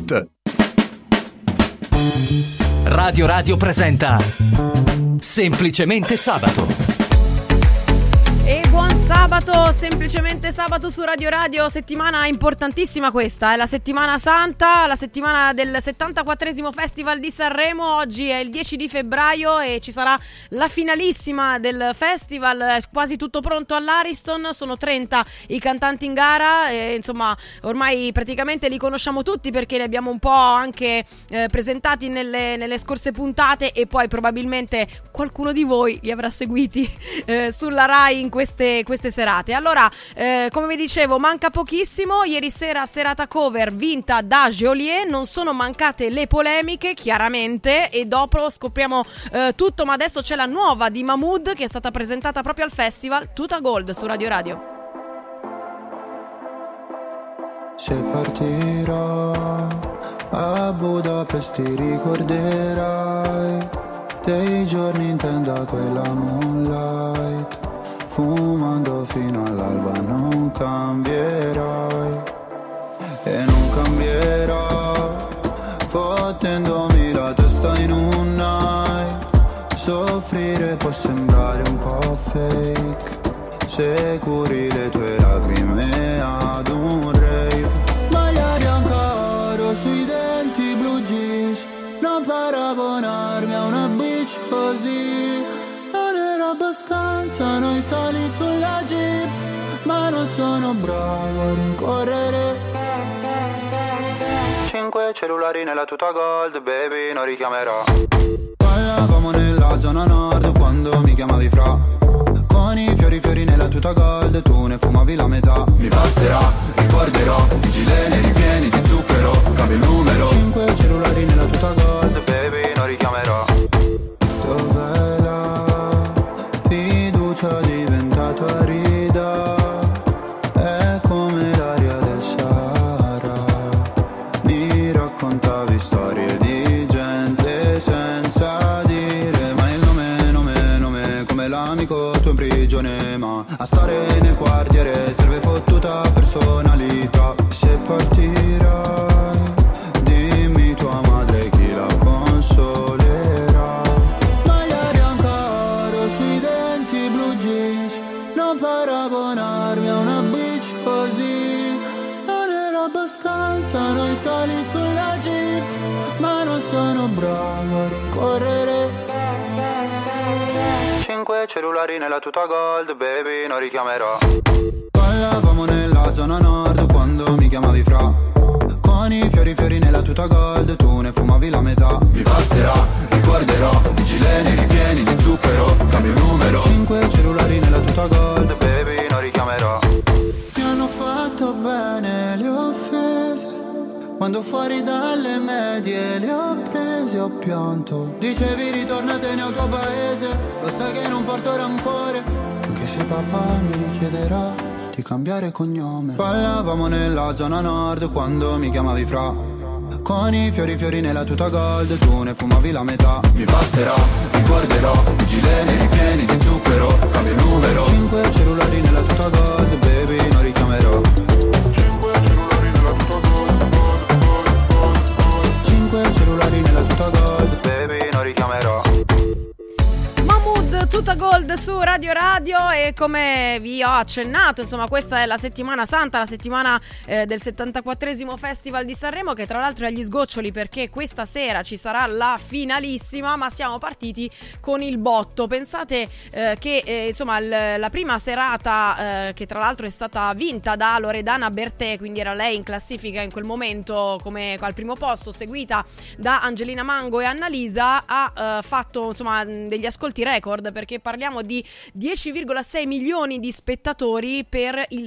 Mahmood. Radio Radio presenta Semplicemente Sabato. E buon sabato, semplicemente sabato su Radio Radio. Settimana importantissima questa, è la settimana santa, la settimana del 74esimo Festival di Sanremo. Oggi è il 10 di febbraio e ci sarà la finalissima del festival. È quasi tutto pronto all'Ariston, sono 30 i cantanti in gara e insomma ormai praticamente li conosciamo tutti perché li abbiamo un po' anche presentati nelle scorse puntate e poi probabilmente qualcuno di voi li avrà seguiti sulla Rai in queste serate. Allora, come vi dicevo, manca pochissimo. Ieri sera serata cover vinta da Geolier, non sono mancate le polemiche chiaramente e dopo scopriamo tutto, ma adesso c'è la nuova di Mahmood che è stata presentata proprio al festival, Tuta Gold su Radio Radio. Se partirò a Budapest ti ricorderai dei giorni in tenda quella moonlight, fumando fino all'alba. Non cambierai e non cambierò, fottendomi la testa in un night. Soffrire può sembrare un po' fake se curi le tue lacrime ad un rave. Maglia bianca oro sui denti, blue jeans, non paragonarmi a una bitch così. Non era abbastanza noi sali sulla jeep, ma non sono bravo a rincorrere. 5 cellulari nella tuta gold, baby, non richiamerò. Parlavamo nella zona nord quando mi chiamavi fra, con i fiori nella tuta gold, tu ne fumavi la metà. Mi passerà, ricorderò, i gileni ripieni di zucchero, cambio il numero. 5 cellulari nella tuta gold, baby, non richiamerò. Dov'è la fiducia diventata rida? È come l'aria del Sahara. Mi raccontavi storie di gente senza dire mai il nome, come l'amico tuo in prigione. Ma a stare nel quartiere serve fottuta personalità. Se partirai, dimmi tua madre chi la consolerà. Maglia bianca oro sui denti, blue jeans, non paragonarmi a una bitch così. Non era abbastanza noi sali sulla jeep, ma non sono bravo a rincorrere. 5 cellulari nella tuta gold, baby, non richiamerò. Parlavamo nella zona nord quando mi chiamavi fra, con i fiori nella tuta gold, tu ne fumavi la metà. Mi passerà, ricorderò, i gileni ripieni di zucchero, cambio il numero. 5 cellulari nella tuta gold, baby, non richiamerò. Mi hanno fatto bene le offese, quando fuori dalle medie le ho prese, ho pianto. Dicevi ritornatene al tuo paese, lo sai che non porto rancore, anche se papà mi richiederà di cambiare cognome. Parlavamo nella zona nord quando mi chiamavi fra, con i fiori nella tuta gold, tu ne fumavi la metà. Mi passerà, ricorderò, i gileni ripieni di zucchero, cambio il numero. 5 cellulari nella tuta gold, baby, non richiamerò. 5 cellulari nella tuta gold, baby, non richiamerò. Mahmood, Tuta Gold su Radio Radio. E come vi ho accennato, insomma, questa è la settimana santa, la settimana del 74esimo Festival di Sanremo, che tra l'altro è agli sgoccioli perché questa sera ci sarà la finalissima, ma siamo partiti con il botto. Pensate che insomma la prima serata che tra l'altro è stata vinta da Loredana Bertè, quindi era lei in classifica in quel momento come al primo posto, seguita da Angelina Mango e Annalisa, ha fatto insomma degli ascolti record, perché parliamo di 10,6 milioni di spettatori per il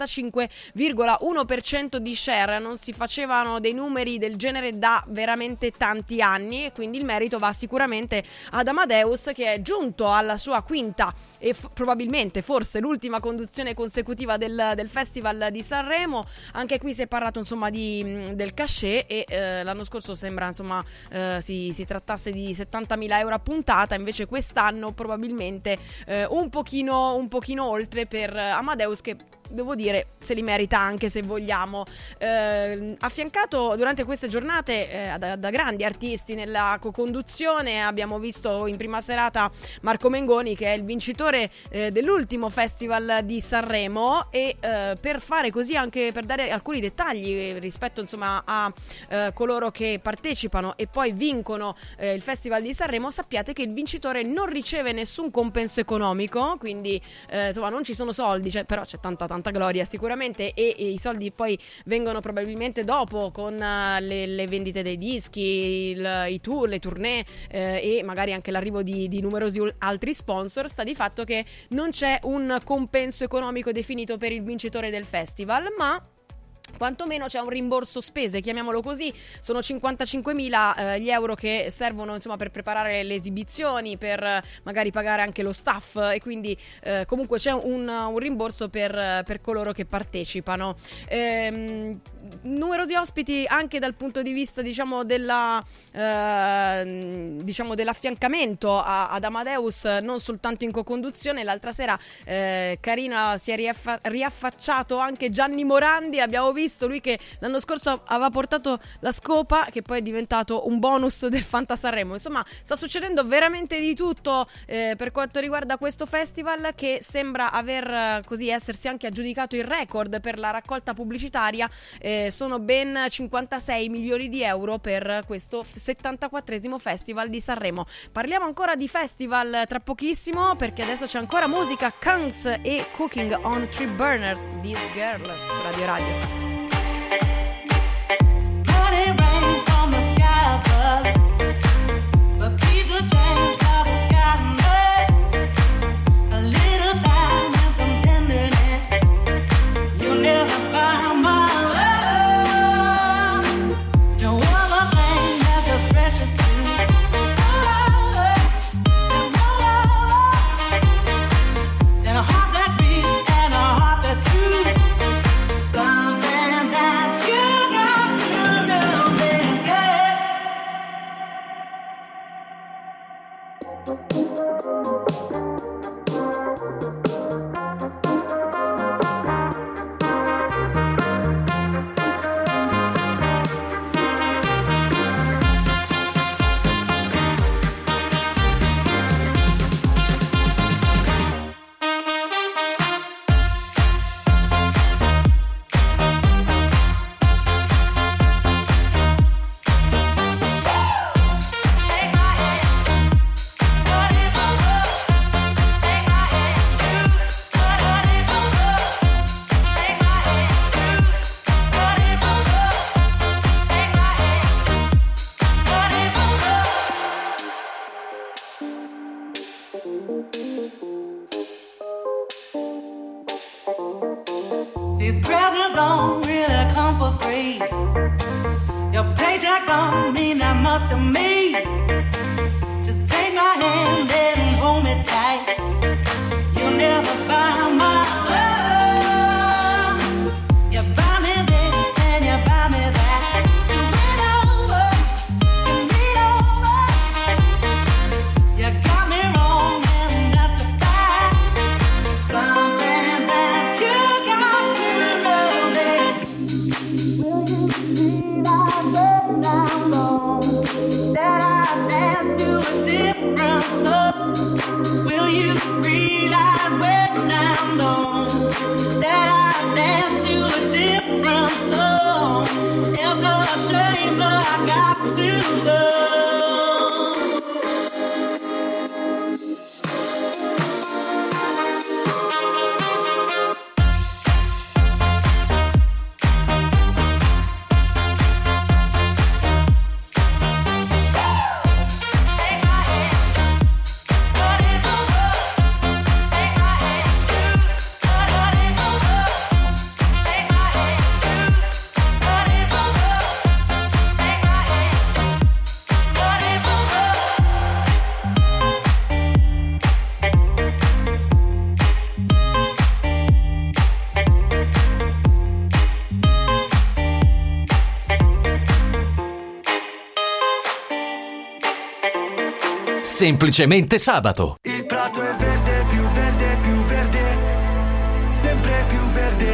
65,1% di share. Non si facevano dei numeri del genere da veramente tanti anni e quindi il merito va sicuramente ad Amadeus, che è giunto alla sua quinta e probabilmente forse l'ultima conduzione consecutiva del Festival di Sanremo. Anche qui si è parlato insomma del cachet e l'anno scorso sembra insomma si trattasse di 70.000 euro a puntata, invece quest'anno probabilmente un pochino oltre per Amadeus, che devo dire se li merita anche, se vogliamo. Affiancato durante queste giornate da grandi artisti nella co-conduzione, abbiamo visto in prima serata Marco Mengoni, che è il vincitore dell'ultimo Festival di Sanremo, e per fare così, anche per dare alcuni dettagli rispetto insomma a coloro che partecipano e poi vincono il Festival di Sanremo, sappiate che il vincitore non riceve nessun compenso economico, quindi insomma non ci sono soldi, però c'è tanta gloria sicuramente, e i soldi poi vengono probabilmente dopo con le vendite dei dischi, i tour, le tournée e magari anche l'arrivo di numerosi altri sponsor. Sta di fatto che non c'è un compenso economico definito per il vincitore del festival, ma quantomeno c'è un rimborso spese, chiamiamolo così. Sono 55.000 gli euro che servono insomma per preparare le esibizioni, per magari pagare anche lo staff, e quindi comunque c'è un rimborso per coloro che partecipano. Numerosi ospiti anche dal punto di vista dell'affiancamento ad Amadeus, non soltanto in co-conduzione. L'altra sera Carina si è riaffacciato anche Gianni Morandi, abbiamo visto lui che l'anno scorso aveva portato la scopa, che poi è diventato un bonus del Fanta Sanremo. Insomma, sta succedendo veramente di tutto per quanto riguarda questo festival, che sembra aver essersi anche aggiudicato il record per la raccolta pubblicitaria. Sono ben 56 milioni di euro per questo 74esimo Festival di Sanremo. Parliamo ancora di festival tra pochissimo, perché adesso c'è ancora musica. Kungs e Cooking on Three Burners, This Girl su Radio Radio. It rains from the sky above, but people change, cause I've gotten a little time and some tenderness. You'll never buy my love, no other thing that's as precious to me. There's no love than a heart that's free and a heart that's true. Something that you got to know. These presents don't really come for free. Your paycheck don't mean that much to me. Just take my hand and hold me tight. You'll never buy my love. You buy me this and you buy me that. So lean over, you got me wrong and that's a fact. Something that you got to know this. Will you realize that I'm wrong? That I dance to a different love. Will you realize when I'm gone that I dance to a different song? It's a shame, but I got to go. Semplicemente sabato. Il prato è verde, più verde, più verde, sempre più verde.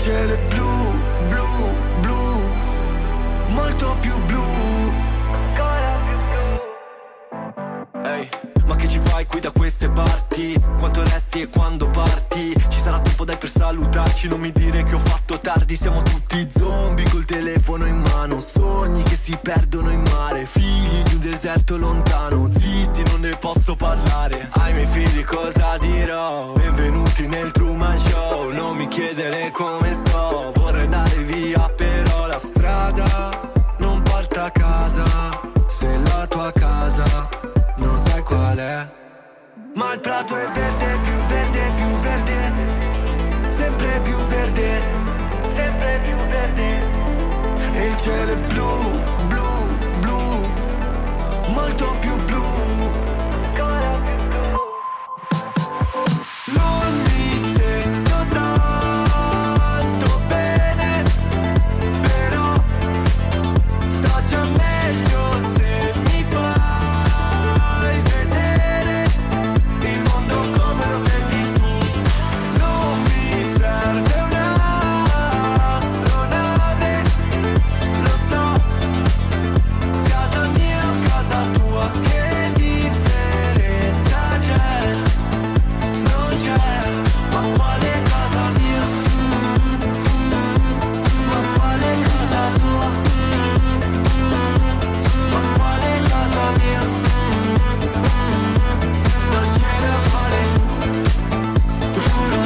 cielo è blu, blu, blu, molto più blu, ancora più blu. Ehi, ma che ci fai qui da queste parti? Quanto resti e quando parti? Ci sarà tempo dai per salutarci, non mi dire che ho fatto tardi. Siamo tutti zombie col telefono in mano, sogni che si perdono in mare, figli di un deserto lontano, zitti non ne posso parlare. Ai miei figli cosa dirò? Benvenuti nel Truman Show, non mi chiedere come sto, vorrei andare via però la strada non porta a casa. Se la tua casa non sai qual è, ma il prato è verde, più verde, più verde, sempre più verde, sempre più verde. E il cielo è blu, blu, blu, molto più blu, ancora più blu. Non mi sento tanto bene, però sto già meglio se mi fai vedere il mondo come lo vedi tu. Non mi serve un'astronave, lo so, casa mia o casa tua, che differenza c'è? Non c'è, ma quale casa mia? Ma quale casa tua? Ma quale casa mia? Non ce ne vale, giuro.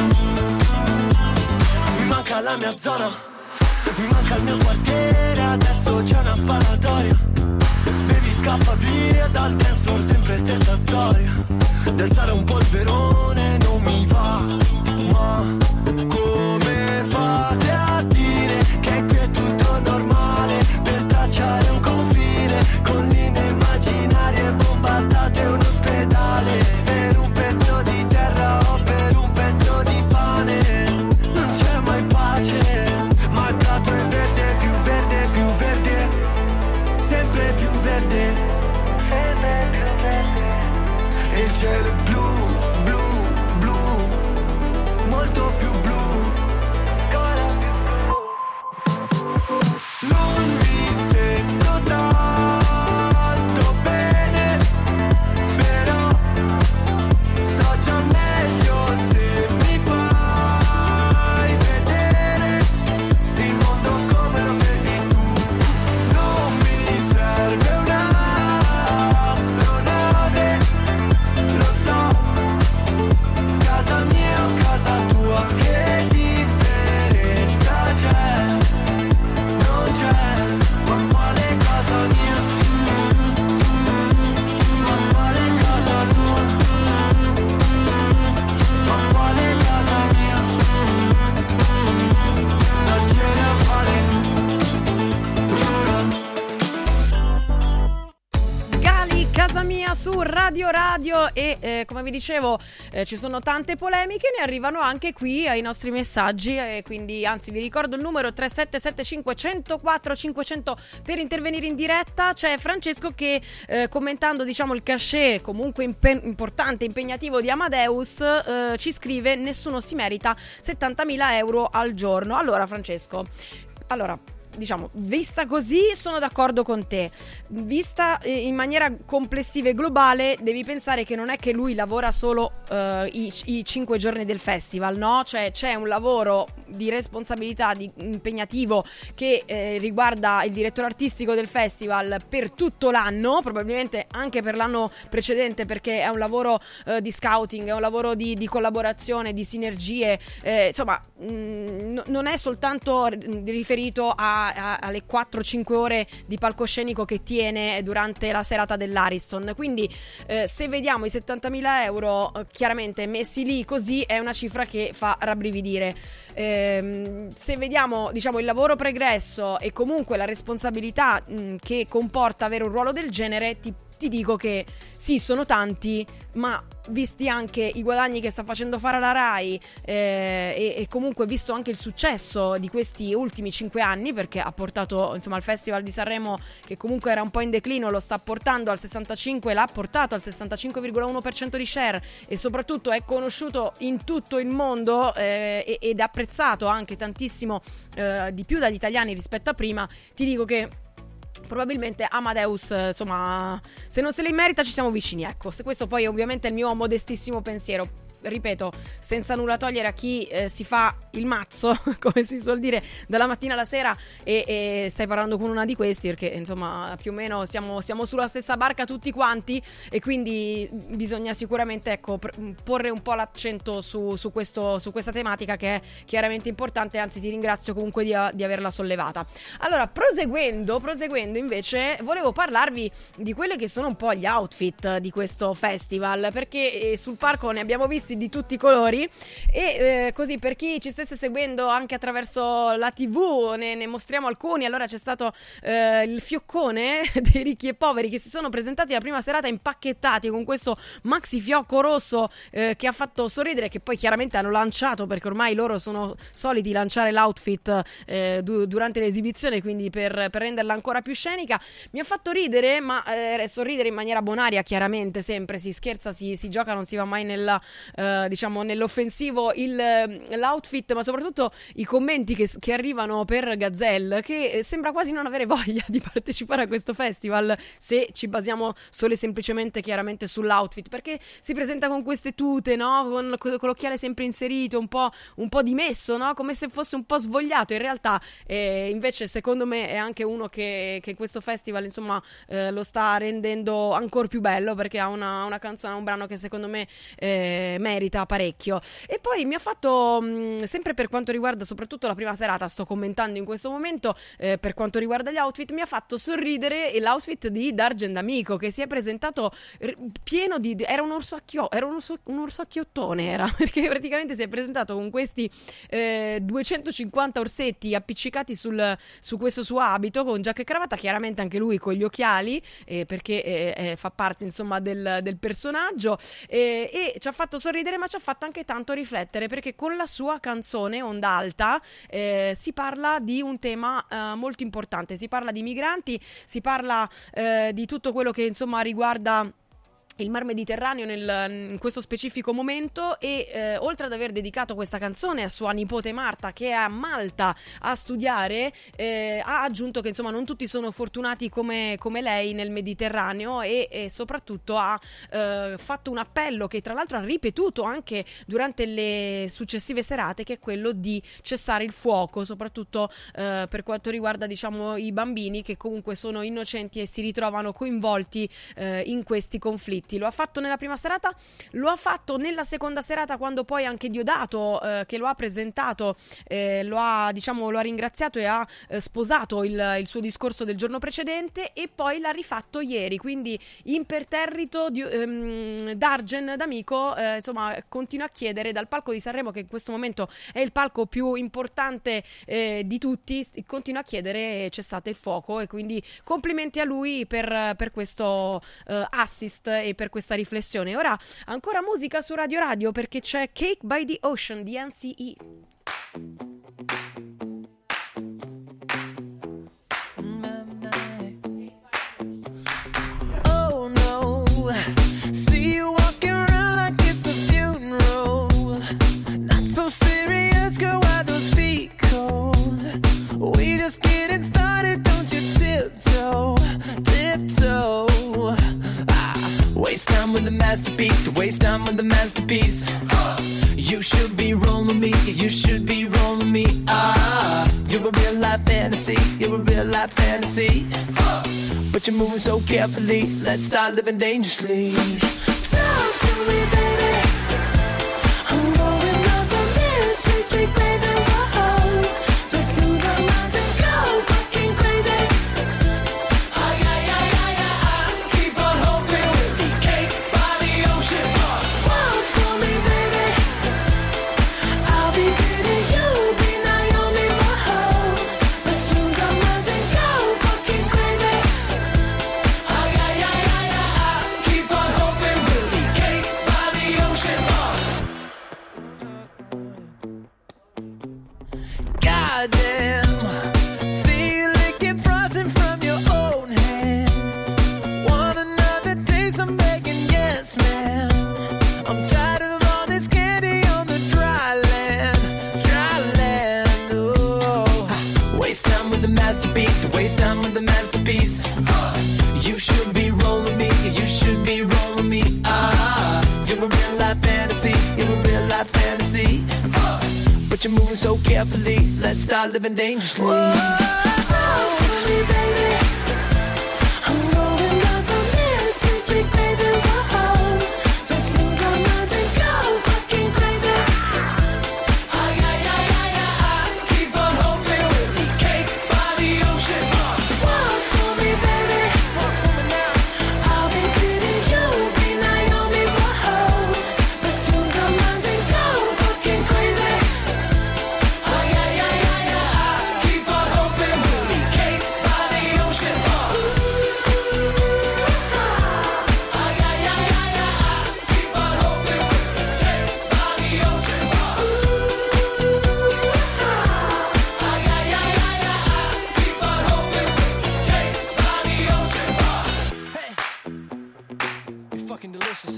Mi manca la mia zona, mi manca il mio quartiere, adesso c'è una sparatoria. Baby scappa via dal dance floor, sempre stessa storia. Di alzare un polverone non mi va, ma come fate a dire che qui è tutto normale? Per tracciare un confine con linee immaginarie, bombardate un ospedale per un pezzo di terra o per un pezzo di pane. Non c'è mai pace, ma il prato è verde, più verde, più verde, sempre più verde, sempre più verde. E il cielo è blu, blu, blu, molto più blu, ancora più blu. Non mi sento tanto bene, però sto già meglio se mi fai vedere il mondo come lo vedi tu. Non mi serve un'astronave, lo so, casa mia o casa tua, che differenza c'è? Non c'è, ma quale casa mia? Ma quale casa tua? Ma quale casa mia? Non ce ne vale, giuro. Gali, casa mia su Radio e come vi dicevo ci sono tante polemiche, ne arrivano anche qui ai nostri messaggi quindi anzi vi ricordo il numero 3775 104 500 per intervenire in diretta. C'è Francesco che commentando diciamo il cachet comunque importante, impegnativo di Amadeus ci scrive: nessuno si merita 70.000 euro al giorno. Allora Francesco, diciamo, vista così sono d'accordo con te. Vista in maniera complessiva e globale, devi pensare che non è che lui lavora solo i 5 giorni del festival, no? Cioè c'è un lavoro di responsabilità, di impegnativo che riguarda il direttore artistico del festival per tutto l'anno, probabilmente anche per l'anno precedente, perché è un lavoro di scouting, è un lavoro di collaborazione, di sinergie, insomma non è soltanto riferito alle 4-5 ore di palcoscenico che tiene durante la serata dell'Ariston. Quindi se vediamo i 70.000 euro chiaramente messi lì così è una cifra che fa rabbrividire. Se vediamo diciamo il lavoro pregresso e comunque la responsabilità che comporta avere un ruolo del genere, ti ti dico che sì, sono tanti, ma visti anche i guadagni che sta facendo fare alla Rai e comunque visto anche il successo di questi ultimi 5 anni, perché ha portato insomma al Festival di Sanremo, che comunque era un po' in declino, lo sta portando al 65, l'ha portato al 65,1% di share, e soprattutto è conosciuto in tutto il mondo ed apprezzato anche tantissimo di più dagli italiani rispetto a prima. Ti dico che probabilmente Amadeus, insomma, se non se li merita ci siamo vicini, ecco. Se questo poi ovviamente è il mio modestissimo pensiero, ripeto, senza nulla togliere a chi si fa il mazzo, come si suol dire, dalla mattina alla sera, e stai parlando con una di questi, perché insomma più o meno siamo sulla stessa barca tutti quanti, e quindi bisogna sicuramente, ecco, porre un po' l'accento su questa tematica, che è chiaramente importante. Anzi, ti ringrazio comunque di averla sollevata. Allora, proseguendo invece, volevo parlarvi di quelle che sono un po' gli outfit di questo festival, perché sul palco ne abbiamo visti di tutti i colori, e così, per chi ci stesse seguendo anche attraverso la TV, ne mostriamo alcuni. Allora, c'è stato il fioccone dei ricchi e poveri, che si sono presentati la prima serata impacchettati con questo maxi fiocco rosso che ha fatto sorridere, che poi chiaramente hanno lanciato, perché ormai loro sono soliti lanciare l'outfit durante l'esibizione, quindi per renderla ancora più scenica. Mi ha fatto ridere, ma sorridere in maniera bonaria, chiaramente, sempre si scherza, si gioca, non si va mai diciamo nell'offensivo l'outfit, ma soprattutto i commenti che arrivano per Gazelle, che sembra quasi non avere voglia di partecipare a questo festival, se ci basiamo solo e semplicemente chiaramente sull'outfit, perché si presenta con queste tute, no? Con l'occhiale sempre inserito, un po' dimesso, no? Come se fosse un po' svogliato. In realtà invece secondo me è anche uno che questo festival insomma lo sta rendendo ancora più bello, perché ha una canzone, un brano che secondo me merita parecchio. E poi mi ha fatto sempre per quanto riguarda soprattutto la prima serata, sto commentando in questo momento, per quanto riguarda gli outfit, mi ha fatto sorridere l'outfit di Dargen D'Amico, che si è presentato pieno di era un orsacchiottone, era, perché praticamente si è presentato con questi 250 orsetti appiccicati su questo suo abito, con giacca e cravatta, chiaramente anche lui con gli occhiali, perché fa parte insomma del personaggio, e ci ha fatto sorridere, ma ci ha fatto anche tanto riflettere, perché con la sua canzone Onda Alta si parla di un tema molto importante, si parla di migranti, si parla di tutto quello che insomma riguarda il Mar Mediterraneo in questo specifico momento, e oltre ad aver dedicato questa canzone a sua nipote Marta, che è a Malta a studiare, ha aggiunto che insomma non tutti sono fortunati come lei nel Mediterraneo, e soprattutto ha fatto un appello che tra l'altro ha ripetuto anche durante le successive serate, che è quello di cessare il fuoco, soprattutto per quanto riguarda diciamo i bambini, che comunque sono innocenti e si ritrovano coinvolti in questi conflitti. Lo ha fatto nella prima serata, lo ha fatto nella seconda serata, quando poi anche Diodato, che lo ha presentato, lo ha ringraziato e ha sposato il suo discorso del giorno precedente, e poi l'ha rifatto ieri, quindi imperterrito Dargen D'Amico insomma continua a chiedere dal palco di Sanremo, che in questo momento è il palco più importante di tutti, continua a chiedere cessate il fuoco, e quindi complimenti a lui per questo assist e per questa riflessione. Ora ancora musica su Radio Radio, perché c'è Cake by the Ocean di NCE. Oh no, see you walking around like it's a funeral. Not so serious, girl, why those feet cold? We just getting started, don't you tiptoe. Waste time with the masterpiece, to waste time with the masterpiece. You should be rolling me, you should be rolling me. You're a real life fantasy, you're a real life fantasy. But you're moving so carefully, let's start living dangerously. Talk to me, baby. I'm going up on this sweet, sweet baby. Whoa. Let's lose our minds and go fucking crazy. masterpiece, to waste time with the masterpiece. You should be rolling me, you should be rolling me. You're a real life fantasy, you're a real life fantasy. But you're moving so carefully, let's start living dangerously. Talk to me, baby. I'm rolling up on this sweet, sweet baby. Whoa, let's lose our minds and go fucking crazy. Ay, ay, ay, ay, ay, keep on hoping we'll be cake by the ocean. Walk for me, baby. Walk for me now. I'll be pretty, you'll be Naomi. Whoa, let's lose our minds and go fucking crazy. Ay, ay, ay, ay, ay, keep on hoping we'll be cake by the ocean. Ay, ay, ay, ay, ay, keep on hoping we'll be cake by the ocean. Ay, ay, ay, ay, ay, keep on hoping we'll be cake by the ocean. Hey, you're fucking delicious.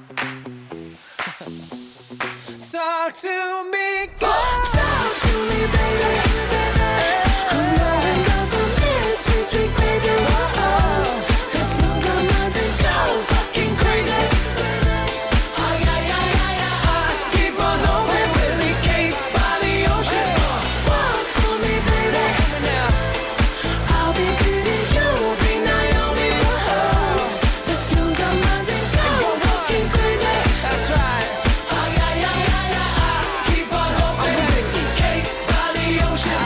Talk to me, God. Talk to me, baby. I'm rolling up on this sweet, sweet baby. Whoa, let's lose our minds and go fucking crazy. Ay, ay, ay, ay, ay, keep on hoping we'll be cake by the ocean. Walk for me, baby. I'll be pretty, you'll be Naomi. Whoa, let's lose our minds and go fucking crazy. That's right. Ay, ay, ay, ay, ay, keep on hoping we'll be cake by the ocean.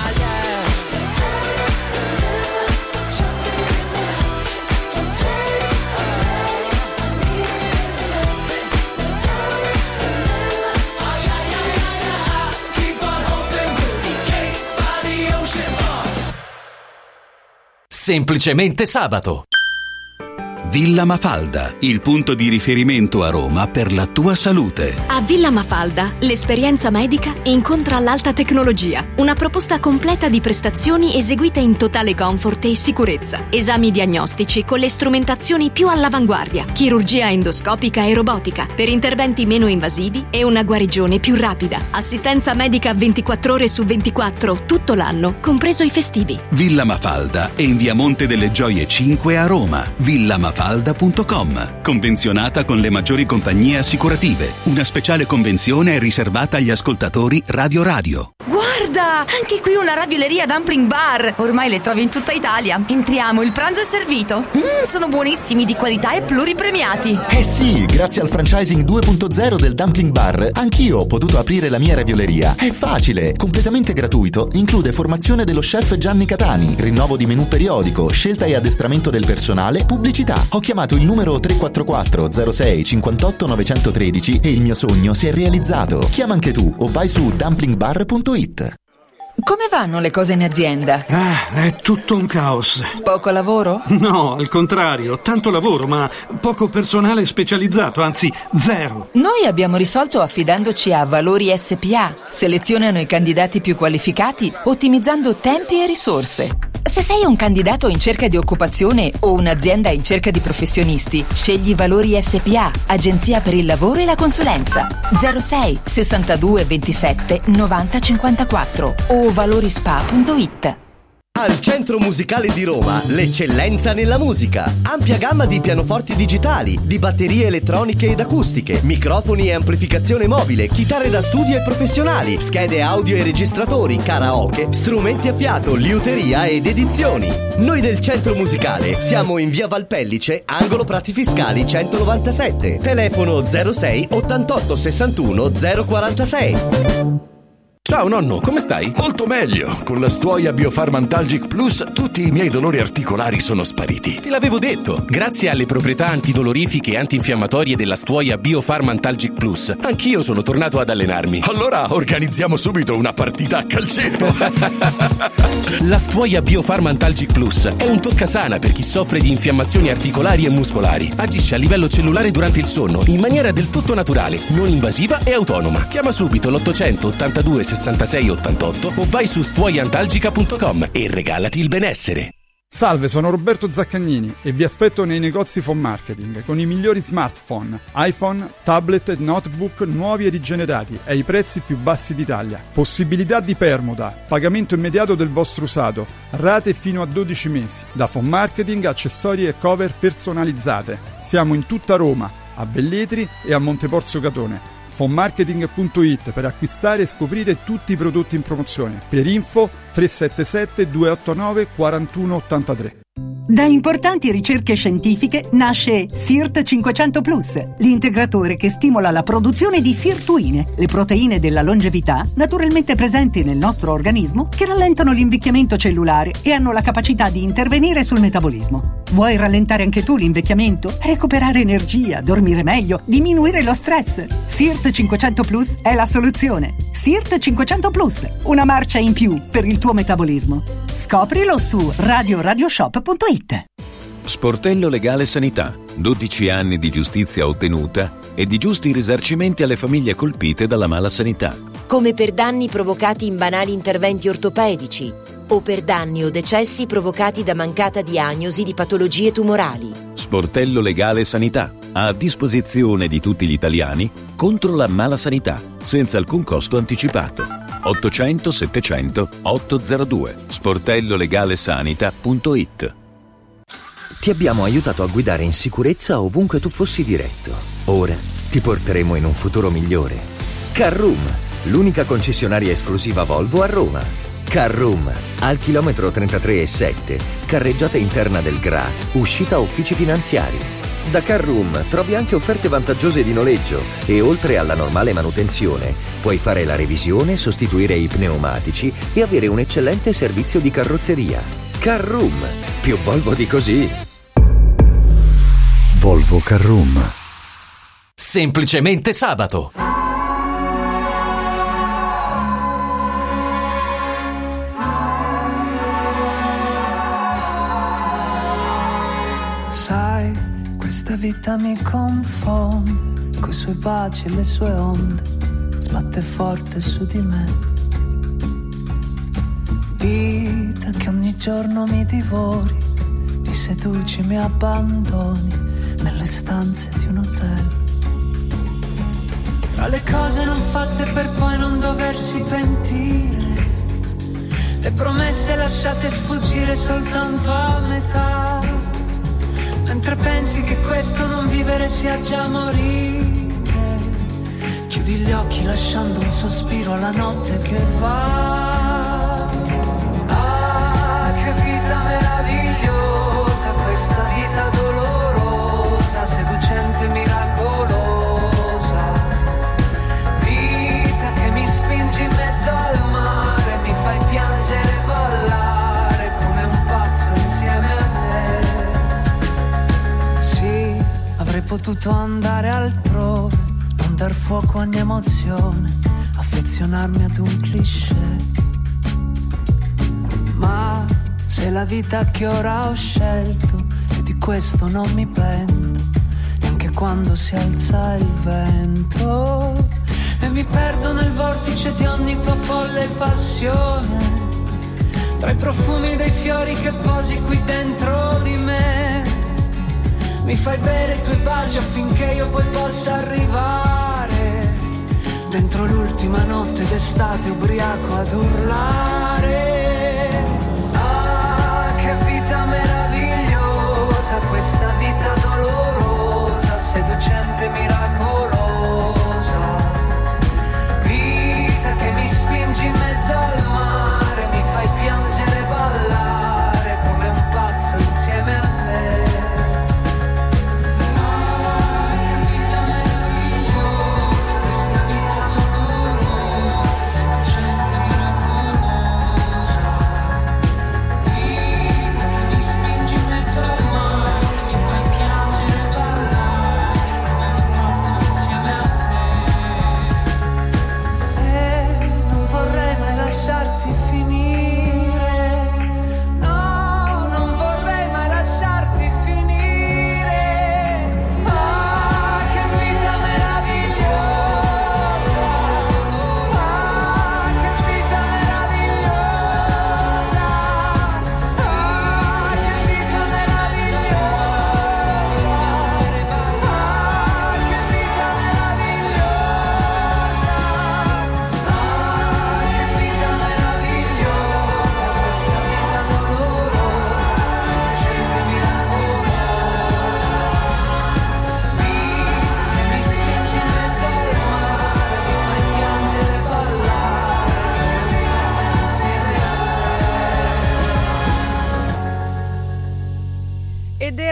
Keep on hoping we'll be cake by the ocean. Semplicemente sabato. Villa Mafalda, il punto di riferimento a Roma per la tua salute. A Villa Mafalda l'esperienza medica incontra l'alta tecnologia. Una proposta completa di prestazioni eseguite in totale comfort e sicurezza. Esami diagnostici con le strumentazioni più all'avanguardia. Chirurgia endoscopica e robotica per interventi meno invasivi e una guarigione più rapida. Assistenza medica 24 ore su 24 tutto l'anno, compreso i festivi. Villa Mafalda è in via Monte delle Gioie 5 a Roma. villamafalda.com. Convenzionata con le maggiori compagnie assicurative. Una speciale convenzione è riservata agli ascoltatori Radio Radio. Guarda, anche qui una ravioleria Dumpling Bar. Ormai le trovi in tutta Italia. Entriamo, il pranzo è servito. Sono buonissimi, di qualità e pluripremiati. Eh sì, grazie al franchising 2.0 del Dumpling Bar, anch'io ho potuto aprire la mia ravioleria. È facile, completamente gratuito, include formazione dello chef Gianni Catani, rinnovo di menù periodico, scelta e addestramento del personale, pubblicità. Ho chiamato il numero 344 06 58 913 e il mio sogno si è realizzato. Chiama anche tu o vai su dumplingbar.it. Come vanno le cose in azienda? È tutto un caos. Poco lavoro? No, al contrario, tanto lavoro, ma poco personale specializzato, anzi zero. Noi abbiamo risolto affidandoci a Valori SPA. Selezionano i candidati più qualificati, ottimizzando tempi e risorse. Se sei un candidato in cerca di occupazione o un'azienda in cerca di professionisti, scegli Valori SPA, agenzia per il lavoro e la consulenza. 06 62 27 90 54 o valorispa.it. Al Centro Musicale di Roma, l'eccellenza nella musica. Ampia gamma di pianoforti digitali, di batterie elettroniche ed acustiche, microfoni e amplificazione mobile, chitarre da studio e professionali, schede audio e registratori, karaoke, strumenti a fiato, liuteria ed edizioni. Noi del Centro Musicale siamo in via Valpellice, angolo Prati Fiscali 197. Telefono 06 88 61 046. Ciao nonno, come stai? Molto meglio. Con la Stuoia Biofarmantalgic Plus tutti i miei dolori articolari sono spariti. Te l'avevo detto, grazie alle proprietà antidolorifiche e antinfiammatorie della Stuoia Biofarmantalgic Plus, anch'io sono tornato ad allenarmi. Allora organizziamo subito una partita a calcetto. La Stuoia Biofarmantalgic Plus è un toccasana per chi soffre di infiammazioni articolari e muscolari. Agisce a livello cellulare durante il sonno in maniera del tutto naturale, non invasiva e autonoma. Chiama subito l'882 66 88 o vai su stuoiantalgica.com e regalati il benessere. Salve, sono Roberto Zaccagnini e vi aspetto nei negozi Phone Marketing con i migliori smartphone, iPhone, tablet e notebook nuovi e rigenerati ai prezzi più bassi d'Italia. Possibilità di permuta, pagamento immediato del vostro usato, rate fino a 12 mesi. Da Phone Marketing, accessori e cover personalizzate. Siamo in tutta Roma, a Velletri e a Monteporzio Catone. Fonmarketing.it per acquistare e scoprire tutti i prodotti in promozione. Per info 377 289 4183. Da importanti ricerche scientifiche nasce SIRT 500 Plus, l'integratore che stimola la produzione di sirtuine, le proteine della longevità naturalmente presenti nel nostro organismo che rallentano l'invecchiamento cellulare e hanno la capacità di intervenire sul metabolismo. Vuoi rallentare anche tu l'invecchiamento? Recuperare energia, dormire meglio, diminuire lo stress? SIRT 500 Plus è la soluzione. SIRT 500 Plus, una marcia in più per il tuo metabolismo. Scoprilo su radioshop.it. Sportello Legale Sanità. 12 anni di giustizia ottenuta e di giusti risarcimenti alle famiglie colpite dalla mala sanità. Come per danni provocati in banali interventi ortopedici o per danni o decessi provocati da mancata diagnosi di patologie tumorali. Sportello Legale Sanità. A disposizione di tutti gli italiani contro la mala sanità, senza alcun costo anticipato. 800 700 802. sportellolegalesanita.it. Ti abbiamo aiutato a guidare in sicurezza ovunque tu fossi diretto. Ora ti porteremo in un futuro migliore. Carroom, l'unica concessionaria esclusiva Volvo a Roma. Carroom, al chilometro 33,7, carreggiata interna del GRA, uscita uffici finanziari. Da Carroom trovi anche offerte vantaggiose di noleggio e oltre alla normale manutenzione puoi fare la revisione, sostituire i pneumatici e avere un eccellente servizio di carrozzeria. Carroom, più Volvo di così. Volvo Carroom. Semplicemente sabato. Sai, questa vita mi confonde, coi suoi baci e le sue onde, sbatte forte su di me. Vita che ogni giorno mi divori, mi seduci, mi abbandoni nelle stanze di un hotel. Tra le cose non fatte per poi non doversi pentire, le promesse lasciate sfuggire soltanto a metà. Mentre pensi che questo non vivere sia già morire, chiudi gli occhi lasciando un sospiro alla notte che va. Ah, che vita meravigliosa, questa vita dolorosa, seducente, miracolosa. Vita che mi spingi in mezzo al mare, mi fai piangere e ballare come un pazzo insieme a te. Sì, avrei potuto andare altrove, non dar fuoco a ogni emozione, affezionarmi ad un cliché. Ma se la vita che ora ho scelto, e di questo non mi pento, neanche quando si alza il vento, e mi perdo nel vortice di ogni tua folle passione, tra i profumi dei fiori che posi qui dentro di me. Mi fai bere i tuoi baci affinché io poi possa arrivare dentro l'ultima notte d'estate ubriaco ad urlare. Ah, che vita meravigliosa, questa vita dolorosa, seducente, miracolosa. Vita che mi spingi in mezzo al mare, mi fai piangere e ballare come un pazzo insieme a te.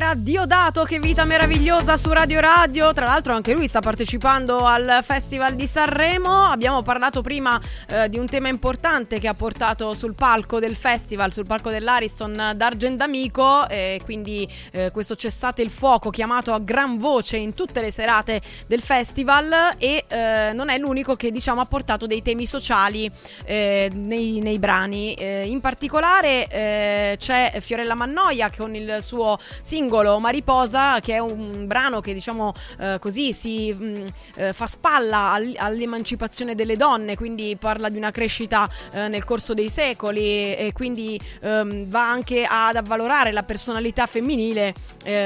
era Diodato, che vita meravigliosa su Radio Radio. Tra l'altro anche lui sta partecipando al Festival di Sanremo. Abbiamo parlato prima di un tema importante che ha portato sul palco del festival, sul palco dell'Ariston, D'Argent D'Amico, quindi questo cessate il fuoco chiamato a gran voce in tutte le serate del festival, e non è l'unico che diciamo ha portato dei temi sociali nei brani. In particolare c'è Fiorella Mannoia con il suo singolo Mariposa, che è un brano che diciamo così si fa spalla all'emancipazione delle donne, quindi parla di una crescita nel corso dei secoli, e quindi va anche ad avvalorare la personalità femminile,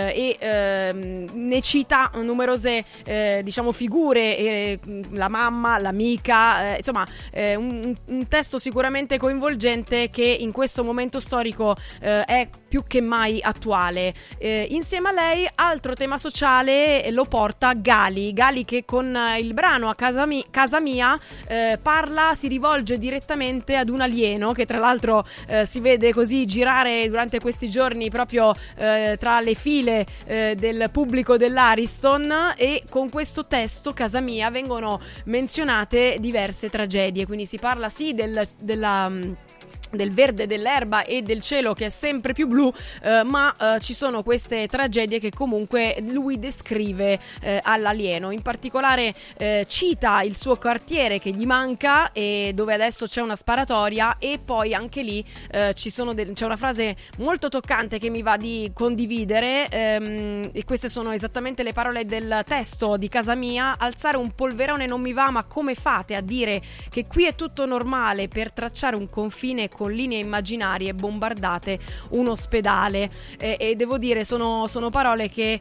e ne cita numerose diciamo figure, la mamma, l'amica, insomma un testo sicuramente coinvolgente che in questo momento storico è più che mai attuale. Insieme a lei altro tema sociale lo porta Gali, che con il brano A Casa Mia si rivolge direttamente ad un alieno che tra l'altro si vede così girare durante questi giorni proprio tra le file del pubblico dell'Ariston, e con questo testo Casa Mia vengono menzionate diverse tragedie, quindi si parla sì del verde dell'erba e del cielo che è sempre più blu, ma ci sono queste tragedie che comunque lui descrive all'alieno. In particolare cita il suo quartiere che gli manca e dove adesso c'è una sparatoria, e poi anche lì c'è una frase molto toccante che mi va di condividere, e queste sono esattamente le parole del testo di Casa Mia: alzare un polverone non mi va, ma come fate a dire che qui è tutto normale per tracciare un confine con linee immaginarie bombardate un ospedale. E devo dire sono parole che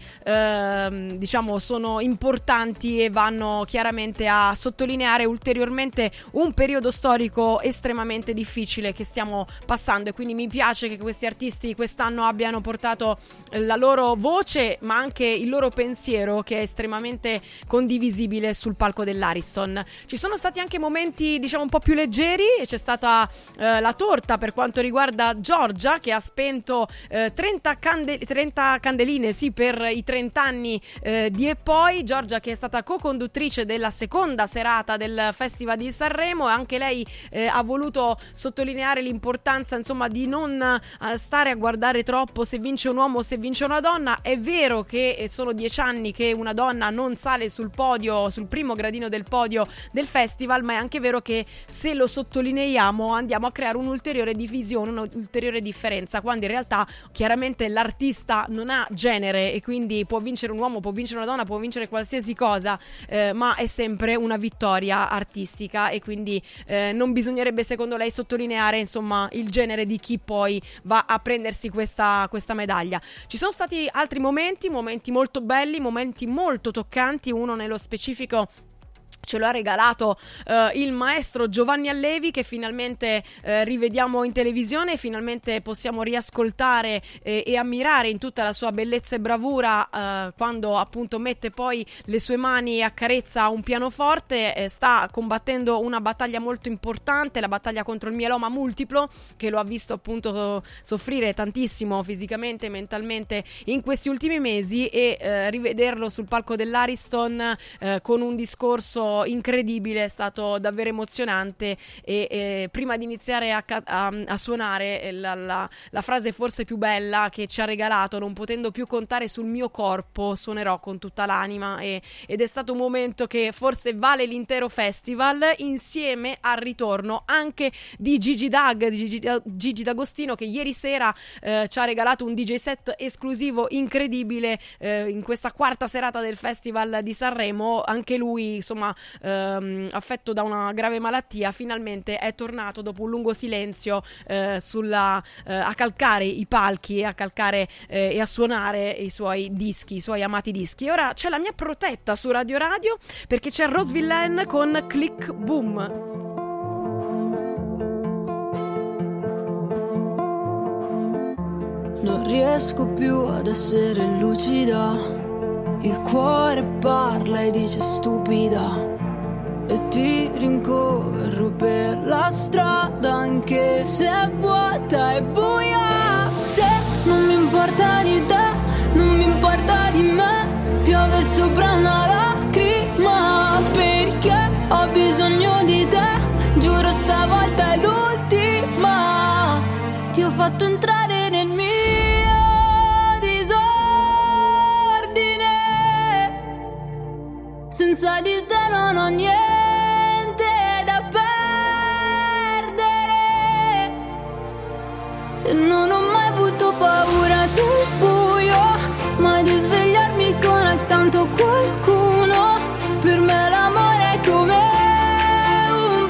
diciamo sono importanti e vanno chiaramente a sottolineare ulteriormente un periodo storico estremamente difficile che stiamo passando, e quindi mi piace che questi artisti quest'anno abbiano portato la loro voce ma anche il loro pensiero, che è estremamente condivisibile, sul palco dell'Ariston. Ci sono stati anche momenti diciamo un po' più leggeri, e c'è stata la torta per quanto riguarda Giorgia, che ha spento 30 candeline sì per i 30 anni di E Poi. Giorgia, che è stata co-conduttrice della seconda serata del Festival di Sanremo, e anche lei ha voluto sottolineare l'importanza insomma di non stare a guardare troppo se vince un uomo o se vince una donna. È vero che sono 10 anni che una donna non sale sul podio, sul primo gradino del podio del festival, ma è anche vero che se lo sottolineiamo andiamo a creare un'ulteriore divisione, un'ulteriore differenza, quando in realtà chiaramente l'artista non ha genere, e quindi può vincere un uomo, può vincere una donna, può vincere qualsiasi cosa, ma è sempre una vittoria artistica, e quindi non bisognerebbe secondo lei sottolineare insomma il genere di chi poi va a prendersi questa medaglia. Ci sono stati altri momenti molto belli, momenti molto toccanti. Uno nello specifico ce lo ha regalato il maestro Giovanni Allevi, che finalmente rivediamo in televisione, e finalmente possiamo riascoltare e ammirare in tutta la sua bellezza e bravura quando appunto mette poi le sue mani e accarezza un pianoforte. Sta combattendo una battaglia molto importante, la battaglia contro il mieloma multiplo, che lo ha visto appunto soffrire tantissimo fisicamente e mentalmente in questi ultimi mesi, e rivederlo sul palco dell'Ariston con un discorso incredibile è stato davvero emozionante. E prima di iniziare a suonare la frase forse più bella che ci ha regalato: non potendo più contare sul mio corpo suonerò con tutta l'anima, ed è stato un momento che forse vale l'intero festival, insieme al ritorno anche di Gigi D'Agostino, che ieri sera ci ha regalato un DJ set esclusivo incredibile in questa quarta serata del Festival di Sanremo. Anche lui insomma affetto da una grave malattia, finalmente è tornato dopo un lungo silenzio a calcare i palchi, a calcare e a suonare i suoi dischi, i suoi amati dischi. E ora c'è la mia protetta su Radio Radio, perché c'è Rose Villain con Click Boom. Non riesco più ad essere lucida, il cuore parla e dice stupida, e ti rincorro per la strada anche se è vuota e buia. Se non mi importa di te, non entrare nel mio disordine. Senza di te non ho niente da perdere. E non ho mai avuto paura del buio, mai di svegliarmi con accanto qualcuno. Per me l'amore è come un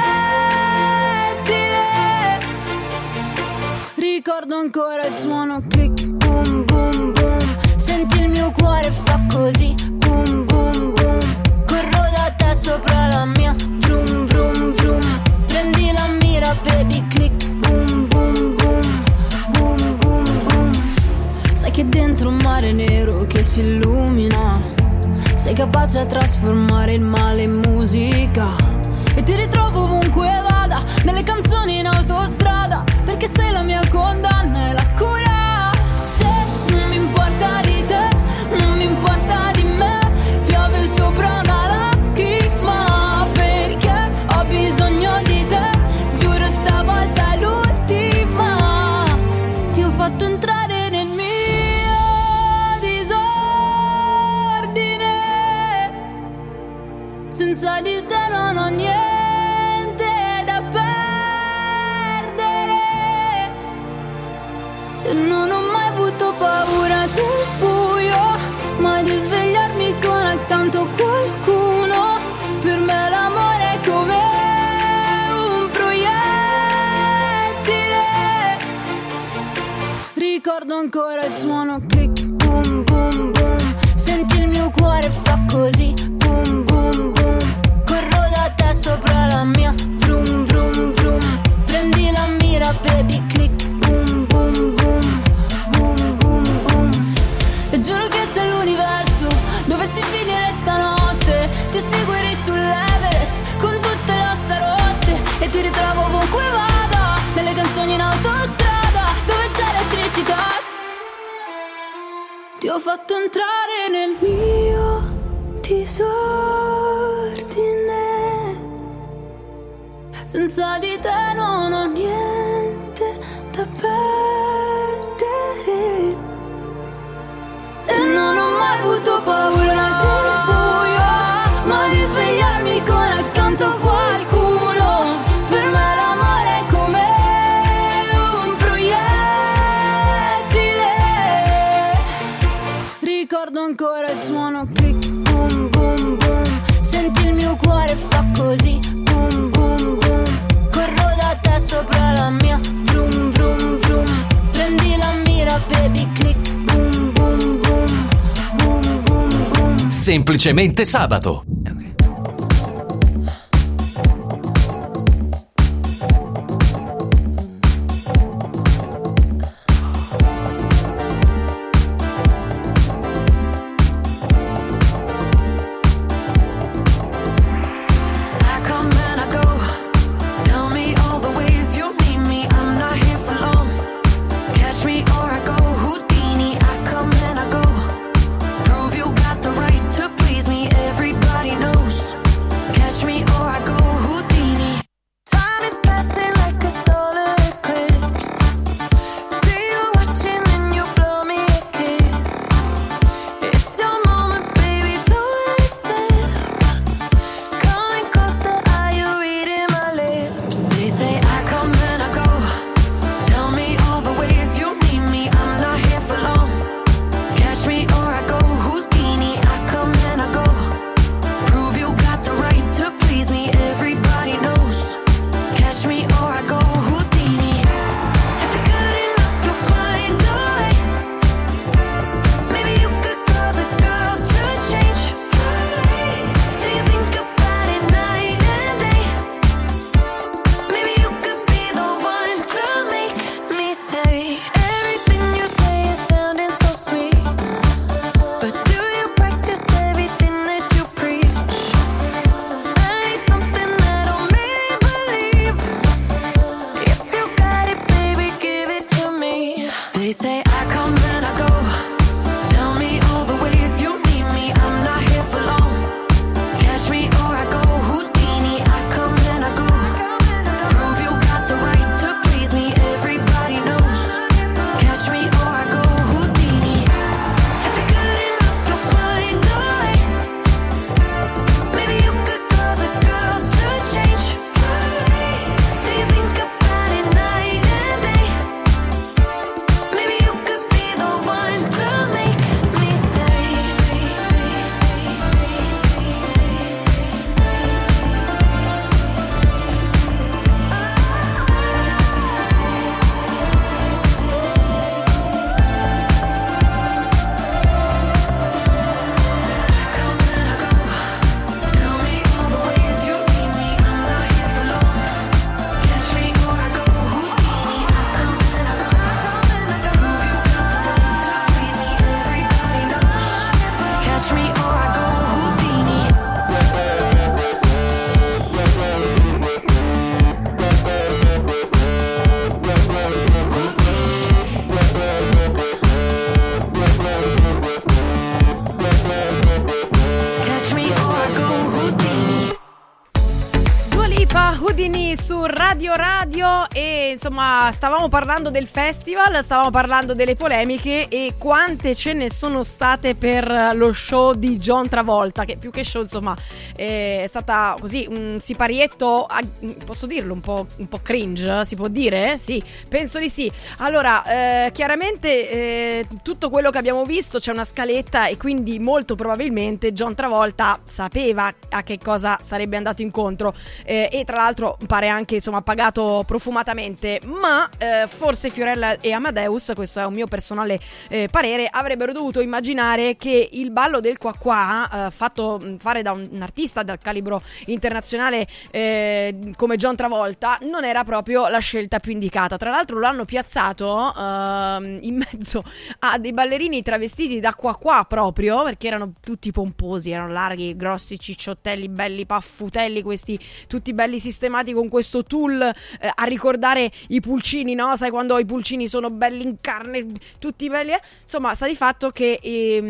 proiettile. Ricordo ancora il suono click, boom boom boom. Senti il mio cuore fa così, boom boom boom. Corro da te sopra la mia, vroom vroom vroom. Prendi la mira baby click, boom boom boom. Boom boom boom. Sai che dentro un mare nero che si illumina sei capace a trasformare il male in musica. E ti ritrovo ovunque vada, nelle canzoni in autostrada, perché sei la mia condanna e la cura. Se non mi importa di te, non mi importa di me, piove sopra una lacrima, perché ho bisogno di te, giuro stavolta è l'ultima. Ti ho fatto entrare nel mio senza di te non ho niente da perdere. E non ho mai avuto paura del buio, mai di svegliarmi con accanto qualcuno. Per me l'amore è come un proiettile. Ricordo ancora il suono click, boom boom boom. Senti il mio cuore fa così, boom boom boom. Corro da te sopra la mia, vroom vroom vroom. Prendi la mira baby click, boom boom boom. Boom boom boom. E giuro che se l'universo dovessi finire stanotte, ti seguirei sull'Everest con tutte le ossa rotte. E ti ritrovo ovunque vada, nelle canzoni in autostrada, dove c'è elettricità. Ti ho fatto entrare nel mio disordine. Senza di te non ho niente da perdere. E non ho mai avuto paura del buio, ma di svegliarmi con accanto qualcuno. Per me l'amore è come un proiettile. Ricordo ancora il suono click, boom boom boom. Senti il mio cuore fa così, boom boom boom. Corro da te sopra la mia, vroom vroom vroom. Prendi la mira baby click, boom boom boom. Boom boom boom. Semplicemente sabato. Everybody Radio e insomma stavamo parlando del festival, stavamo parlando delle polemiche e quante ce ne sono state per lo show di John Travolta, che più che show insomma è stata così un siparietto, posso dirlo, un po' cringe, si può dire? Sì, penso di sì. Allora, chiaramente tutto quello che abbiamo visto c'è una scaletta e quindi molto probabilmente John Travolta sapeva a che cosa sarebbe andato incontro e tra l'altro pare anche insomma pagato profumatamente, ma forse Fiorella e Amadeus, questo è un mio personale parere, avrebbero dovuto immaginare che il ballo del qua qua fatto fare da un artista dal calibro internazionale come John Travolta non era proprio la scelta più indicata. Tra l'altro lo hanno piazzato in mezzo a dei ballerini travestiti da qua qua proprio, perché erano tutti pomposi, erano larghi, grossi, cicciottelli, belli paffutelli, questi tutti belli sistemati con questo tulle a ricordare i pulcini, no? Sai quando i pulcini sono belli in carne, tutti belli, insomma sta di fatto che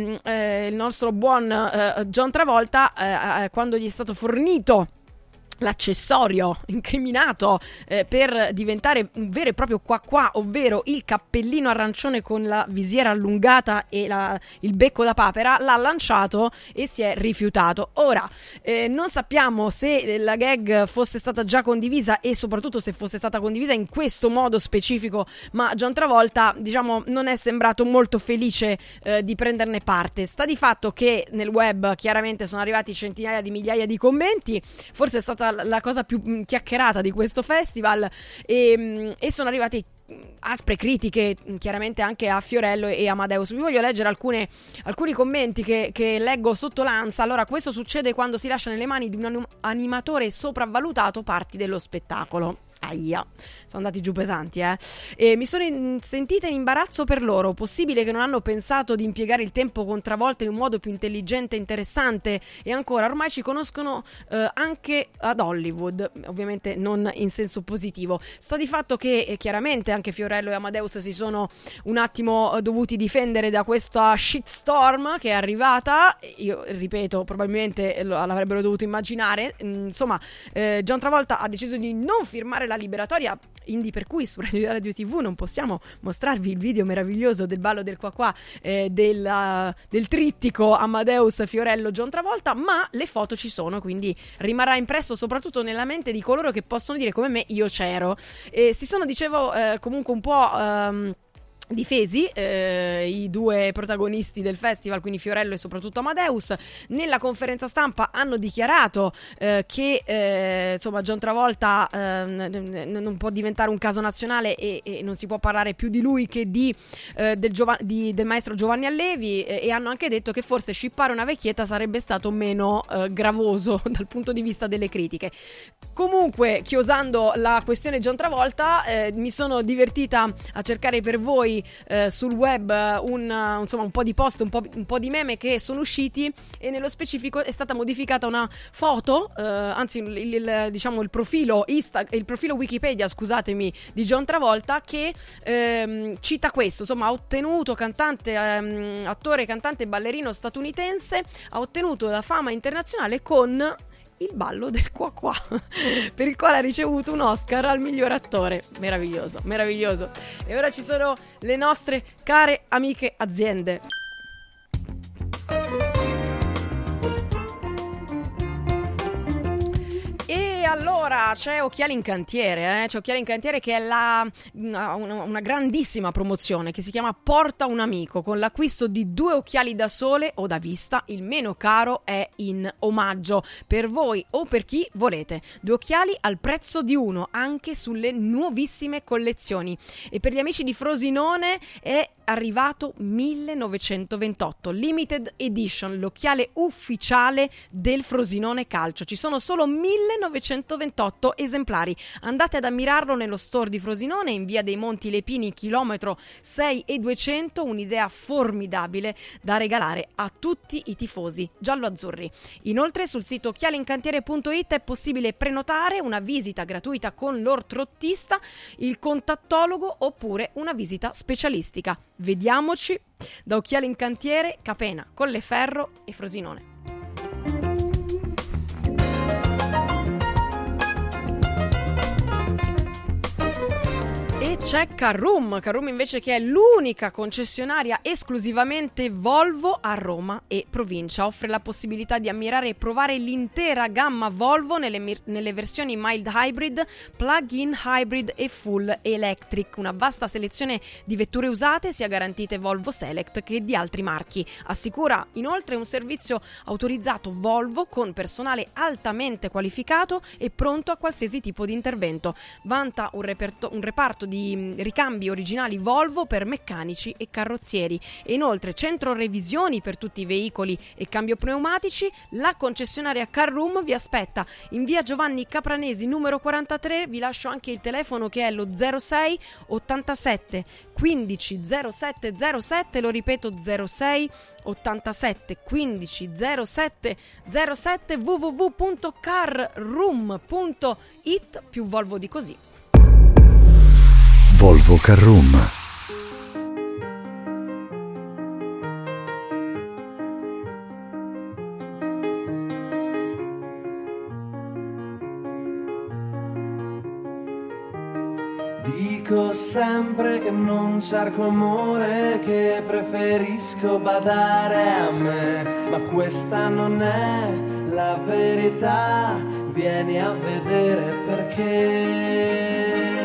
il nostro buon John Travolta quando gli è stato fornito l'accessorio incriminato per diventare un vero e proprio qua qua, ovvero il cappellino arancione con la visiera allungata e il becco da papera, l'ha lanciato e si è rifiutato. Ora non sappiamo se la gag fosse stata già condivisa e soprattutto se fosse stata condivisa in questo modo specifico, ma John Travolta diciamo non è sembrato molto felice di prenderne parte. Sta di fatto che nel web chiaramente sono arrivati centinaia di migliaia di commenti, forse è stata la cosa più chiacchierata di questo festival e sono arrivati aspre critiche chiaramente anche a Fiorello e Amadeus. Vi voglio leggere alcuni commenti che leggo sotto l'ansa. Allora, questo succede quando si lascia nelle mani di un animatore sopravvalutato parti dello spettacolo. Aia, sono andati giù pesanti, E mi sono sentita in imbarazzo per loro. Possibile che non hanno pensato di impiegare il tempo con Travolta in un modo più intelligente e interessante? E ancora, ormai ci conoscono anche ad Hollywood, ovviamente non in senso positivo. Sta di fatto che chiaramente anche Fiorello e Amadeus si sono un attimo dovuti difendere da questa shitstorm che è arrivata. Io ripeto, probabilmente l'avrebbero dovuto immaginare. Insomma, John Travolta ha deciso di non firmare la liberatoria, quindi per cui su Radio TV non possiamo mostrarvi il video meraviglioso del ballo del qua qua, del trittico Amadeus, Fiorello, John Travolta, ma le foto ci sono, quindi rimarrà impresso soprattutto nella mente di coloro che possono dire come me io c'ero. Si sono, dicevo, comunque un po' difesi i due protagonisti del festival, quindi Fiorello e soprattutto Amadeus. Nella conferenza stampa hanno dichiarato che insomma John Travolta non può diventare un caso nazionale e non si può parlare più di lui che del maestro Giovanni Allevi, e hanno anche detto che forse scippare una vecchietta sarebbe stato meno gravoso dal punto di vista delle critiche. Comunque, chiosando la questione John Travolta, mi sono divertita a cercare per voi sul web insomma un po' di post, un po' di meme che sono usciti, e nello specifico è stata modificata una foto, anzi il profilo Wikipedia, scusatemi, di John Travolta, che cita questo, insomma ha ottenuto attore, cantante e ballerino statunitense, ha ottenuto la fama internazionale con il ballo del qua qua, per il quale ha ricevuto un Oscar al miglior attore. Meraviglioso, meraviglioso. E ora ci sono le nostre care amiche aziende. E allora c'è Occhiali in Cantiere, c'è Occhiali in Cantiere che è una grandissima promozione che si chiama Porta un amico. Con l'acquisto di 2 occhiali da sole o da vista, il meno caro è in omaggio per voi o per chi volete. 2 occhiali al prezzo di uno, anche sulle nuovissime collezioni. E per gli amici di Frosinone è arrivato 1928, limited edition, l'occhiale ufficiale del Frosinone Calcio. Ci sono solo 1928 esemplari. Andate ad ammirarlo nello store di Frosinone in via dei Monti Lepini, chilometro 6,200, un'idea formidabile da regalare a tutti i tifosi giallo-azzurri. Inoltre sul sito occhialincantiere.it è possibile prenotare una visita gratuita con l'ortrottista, il contattologo oppure una visita specialistica. Vediamoci da Occhiali in Cantiere, Capena, Colleferro e Frosinone. c'è Carroom invece, che è l'unica concessionaria esclusivamente Volvo a Roma e provincia. Offre la possibilità di ammirare e provare l'intera gamma Volvo nelle versioni mild hybrid, plug-in hybrid e full electric. Una vasta selezione di vetture usate, sia garantite Volvo Select che di altri marchi. Assicura inoltre un servizio autorizzato Volvo con personale altamente qualificato e pronto a qualsiasi tipo di intervento. Vanta un reparto di ricambi originali Volvo per meccanici e carrozzieri e inoltre centro revisioni per tutti i veicoli e cambio pneumatici. La concessionaria Carroom vi aspetta in via Giovanni Capranesi numero 43. Vi lascio anche il telefono, che è lo 06 87 15 07 07, lo ripeto 06 87 15 07 07, www.carroom.it, più Volvo di così. Volvo Carroom. Dico sempre che non cerco amore, che preferisco badare a me, ma questa non è la verità, vieni a vedere perché.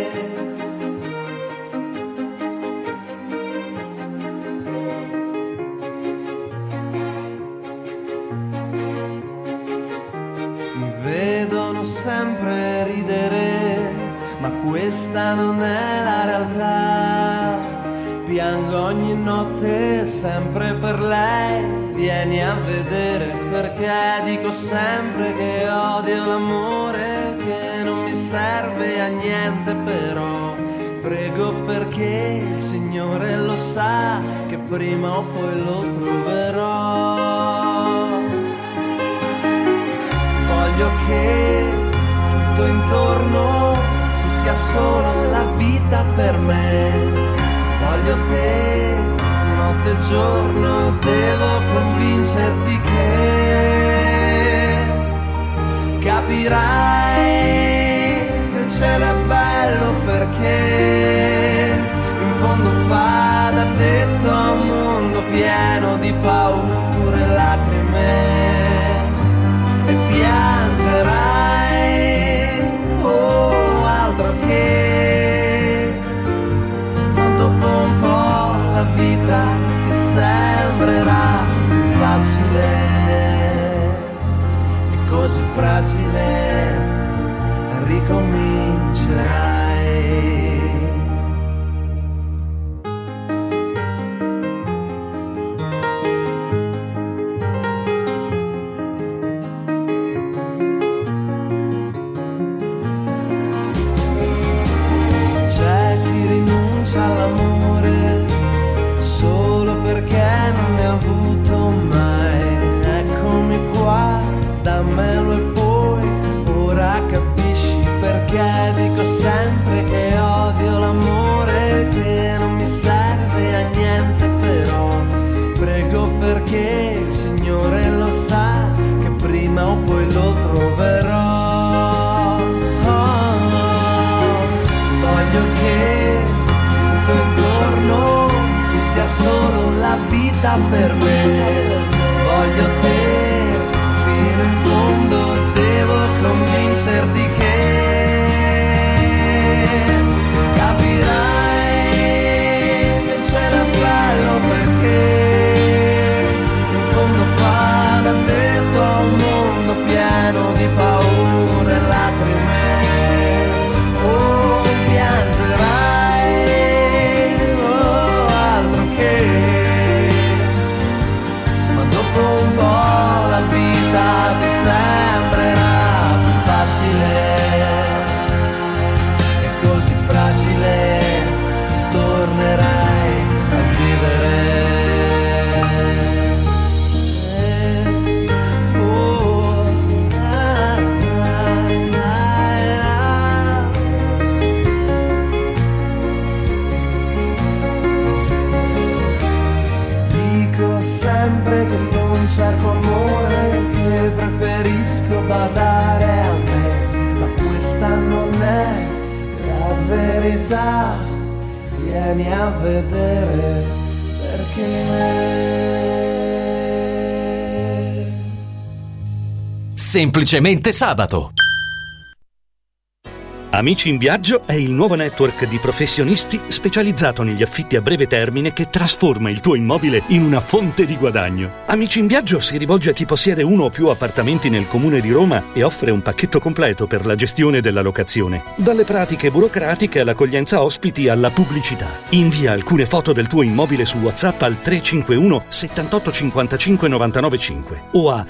Mi vedono sempre ridere, ma questa non è la realtà. Piango ogni notte sempre per lei, vieni a vedere perché. Dico sempre che odio l'amore, che non mi serve a niente, però prego perché il Signore lo sa che prima o poi lo troverò. Voglio che tutto intorno sia solo la vita per me. Voglio te, notte e giorno, devo convincerti che capirai che il cielo è bello perché in fondo fa da tetto a un mondo pieno di paure e lacrime, e piangerai, oh, altro che, ma dopo un po' la vita ti sembrerà più facile e così fragile ricomincerai. All'amore solo perché non ne ho avuto mai. Eccomi qua, dammelo e poi ora capisci perché dico sempre che odio l'amore, che non mi serve a niente, però prego perché il Signore lo sa che prima o poi lo troverò. Voglio che intorno ci sia solo la vita per me. Voglio te fino in fondo, devo convincerti che capirai che il cielo è bello perché in fondo fa da tetto a un mondo pieno di paure e lacrime. Oh, piangerai, ma dopo un po' vieni a vedere perché. Semplicemente sabato. Amici in Viaggio è il nuovo network di professionisti specializzato negli affitti a breve termine che trasforma il tuo immobile in una fonte di guadagno. Amici in Viaggio si rivolge a chi possiede uno o più appartamenti nel comune di Roma e offre un pacchetto completo per la gestione della locazione. Dalle pratiche burocratiche all'accoglienza ospiti alla pubblicità. Invia alcune foto del tuo immobile su WhatsApp al 351 78 55 99 5 o a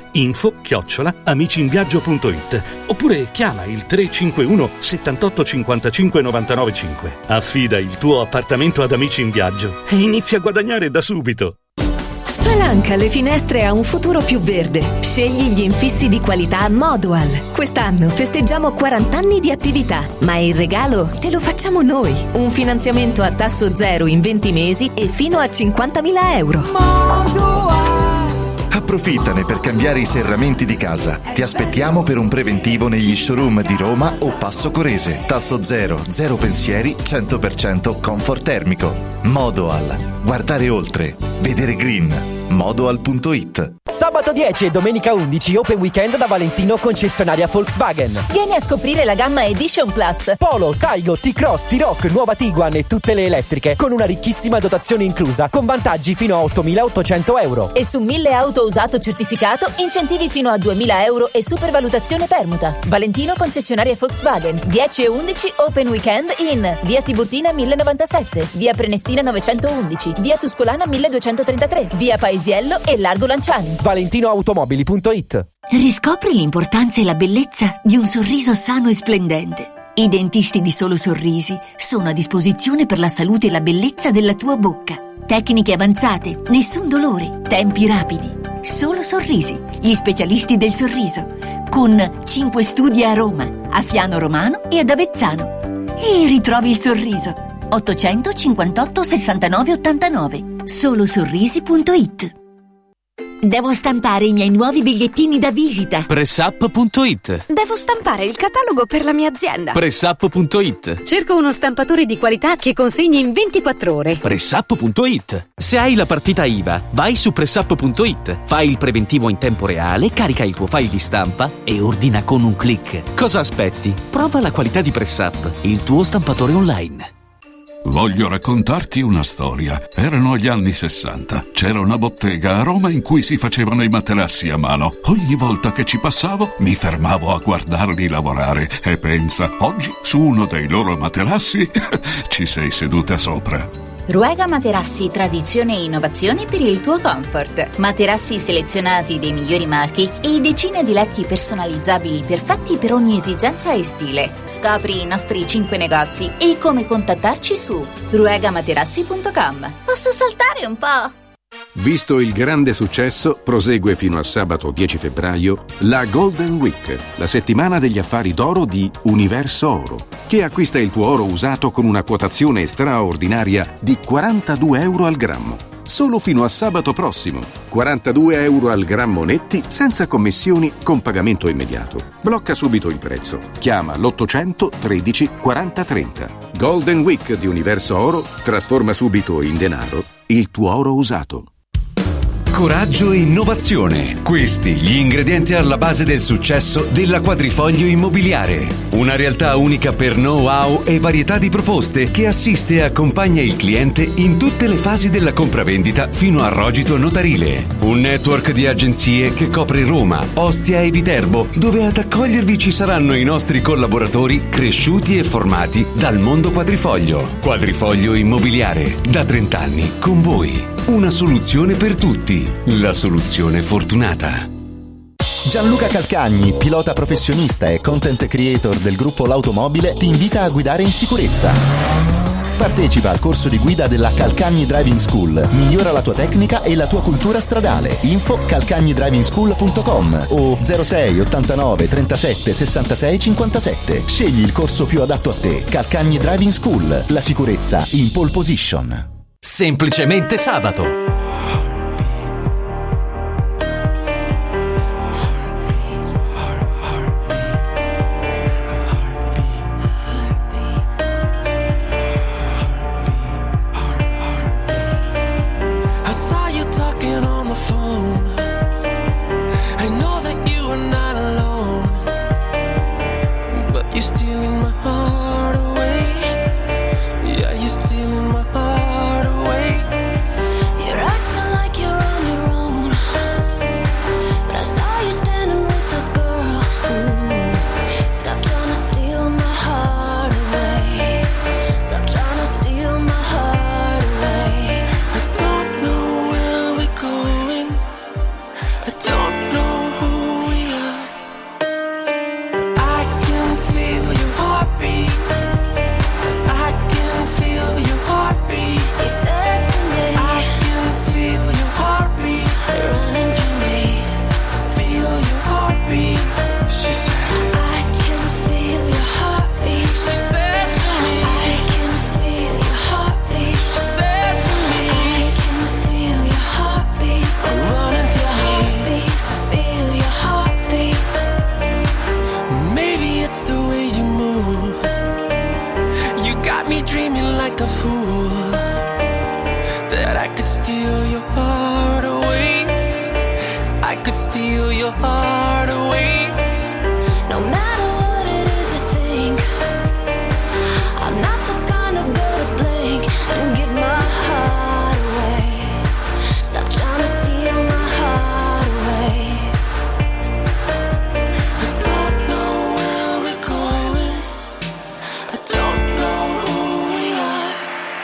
info@amiciinviaggio.it oppure chiama il 351 78 55 99 5. Affida il tuo appartamento ad Amici in Viaggio e inizia a guadagnare da subito. Spalanca le finestre a un futuro più verde. Scegli gli infissi di qualità Modual. Quest'anno festeggiamo 40 anni di attività, ma il regalo te lo facciamo noi. Un finanziamento a tasso zero in 20 mesi e fino a 50.000 euro. Approfittane per cambiare i serramenti di casa. Ti aspettiamo per un preventivo negli showroom di Roma o Passo Corese. Tasso zero, zero pensieri, 100% comfort termico. Modoal. Guardare oltre. Vedere green. Modoal.it. Sabato 10 e domenica 11 Open Weekend da Valentino concessionaria Volkswagen. Vieni a scoprire la gamma Edition Plus. Polo, Taigo, T-Cross, T-Roc, nuova Tiguan e tutte le elettriche con una ricchissima dotazione inclusa con vantaggi fino a 8.800 euro. E su 1.000 auto usato certificato incentivi fino a 2.000 euro e supervalutazione permuta. Valentino concessionaria Volkswagen. 10 e 11 Open Weekend in via Tiburtina 1097, via Prenestina 911, via Tuscolana 1233, via Paesiello e Largo Lanciani. ValentinoAutomobili.it. Riscopri l'importanza e la bellezza di un sorriso sano e splendente. I dentisti di Solo Sorrisi sono a disposizione per la salute e la bellezza della tua bocca. Tecniche avanzate, nessun dolore, tempi rapidi. Solo Sorrisi, gli specialisti del sorriso. Con 5 studi a Roma, a Fiano Romano e ad Avezzano. E ritrovi il sorriso. 858 69 89. Solosorrisi.it. Devo stampare i miei nuovi bigliettini da visita. Pressup.it. Devo stampare il catalogo per la mia azienda. Pressup.it. Cerco uno stampatore di qualità che consegni in 24 ore. Pressup.it. Se hai la partita IVA, vai su Pressup.it, fai il preventivo in tempo reale, carica il tuo file di stampa e ordina con un click. Cosa aspetti? Prova la qualità di Pressup, il tuo stampatore online. Voglio raccontarti una storia. Erano gli anni 60. C'era una bottega a Roma in cui si facevano i materassi a mano. Ogni volta che ci passavo mi fermavo a guardarli lavorare e pensa, oggi su uno dei loro materassi ci sei seduta sopra. Ruega Materassi, tradizione e innovazione per il tuo comfort. Materassi selezionati dei migliori marchi e decine di letti personalizzabili perfetti per ogni esigenza e stile. Scopri i nostri 5 negozi e come contattarci su ruegamaterassi.com. Posso saltare un po'? Visto il grande successo, prosegue fino a sabato 10 febbraio la Golden Week, la settimana degli affari d'oro di Universo Oro, che acquista il tuo oro usato con una quotazione straordinaria di 42 euro al grammo. Solo fino a sabato prossimo. 42 euro al grammo netti, senza commissioni, con pagamento immediato. Blocca subito il prezzo. Chiama l'800 13 40 30. Golden Week di Universo Oro trasforma subito in denaro il tuo oro usato. Coraggio e innovazione. Questi gli ingredienti alla base del successo della Quadrifoglio Immobiliare. Una realtà unica per know-how e varietà di proposte che assiste e accompagna il cliente in tutte le fasi della compravendita fino al rogito notarile. Un network di agenzie che copre Roma, Ostia e Viterbo, dove ad accogliervi ci saranno i nostri collaboratori cresciuti e formati dal mondo Quadrifoglio. Quadrifoglio Immobiliare, da 30 anni con voi. Una soluzione per tutti, la soluzione fortunata. Gianluca Calcagni, pilota professionista e content creator del gruppo L'Automobile, ti invita a guidare in sicurezza. Partecipa al corso di guida della Calcagni Driving School. Migliora la tua tecnica e la tua cultura stradale. Info calcagnidrivingschool.com o 06 89 37 66 57. Scegli il corso più adatto a te. Calcagni Driving School. La sicurezza in pole position. Semplicemente sabato. that I could steal your heart away. I could steal your heart away. No matter what it is you think, I'm not the kind of girl to blink and give my heart away. Stop trying to steal my heart away. I don't know where we're going. I don't know who we are.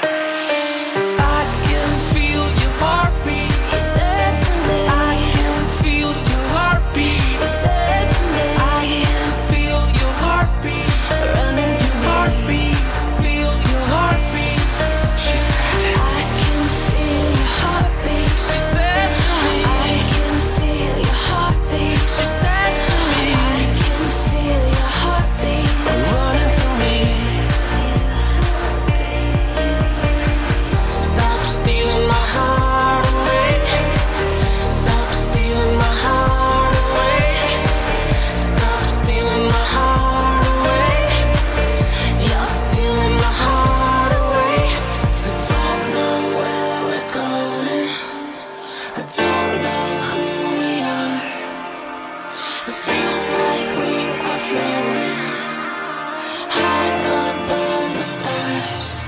I can feel your heartbeat. He said to me, I can feel your heartbeat. he said to me, I can feel your heartbeat. running through me. Heartbeat, feel your heartbeat. She said it. I can feel your heartbeat. She said to me. I can feel your heartbeat. She said to me. I can feel your heartbeat. Running through me. Stop stealing my heart away. Stop stealing my heart away. Stop stealing my heart away. You're stealing my heart away. I don't know where we're going. I don't know who we are. It feels like we are floating high above the stars.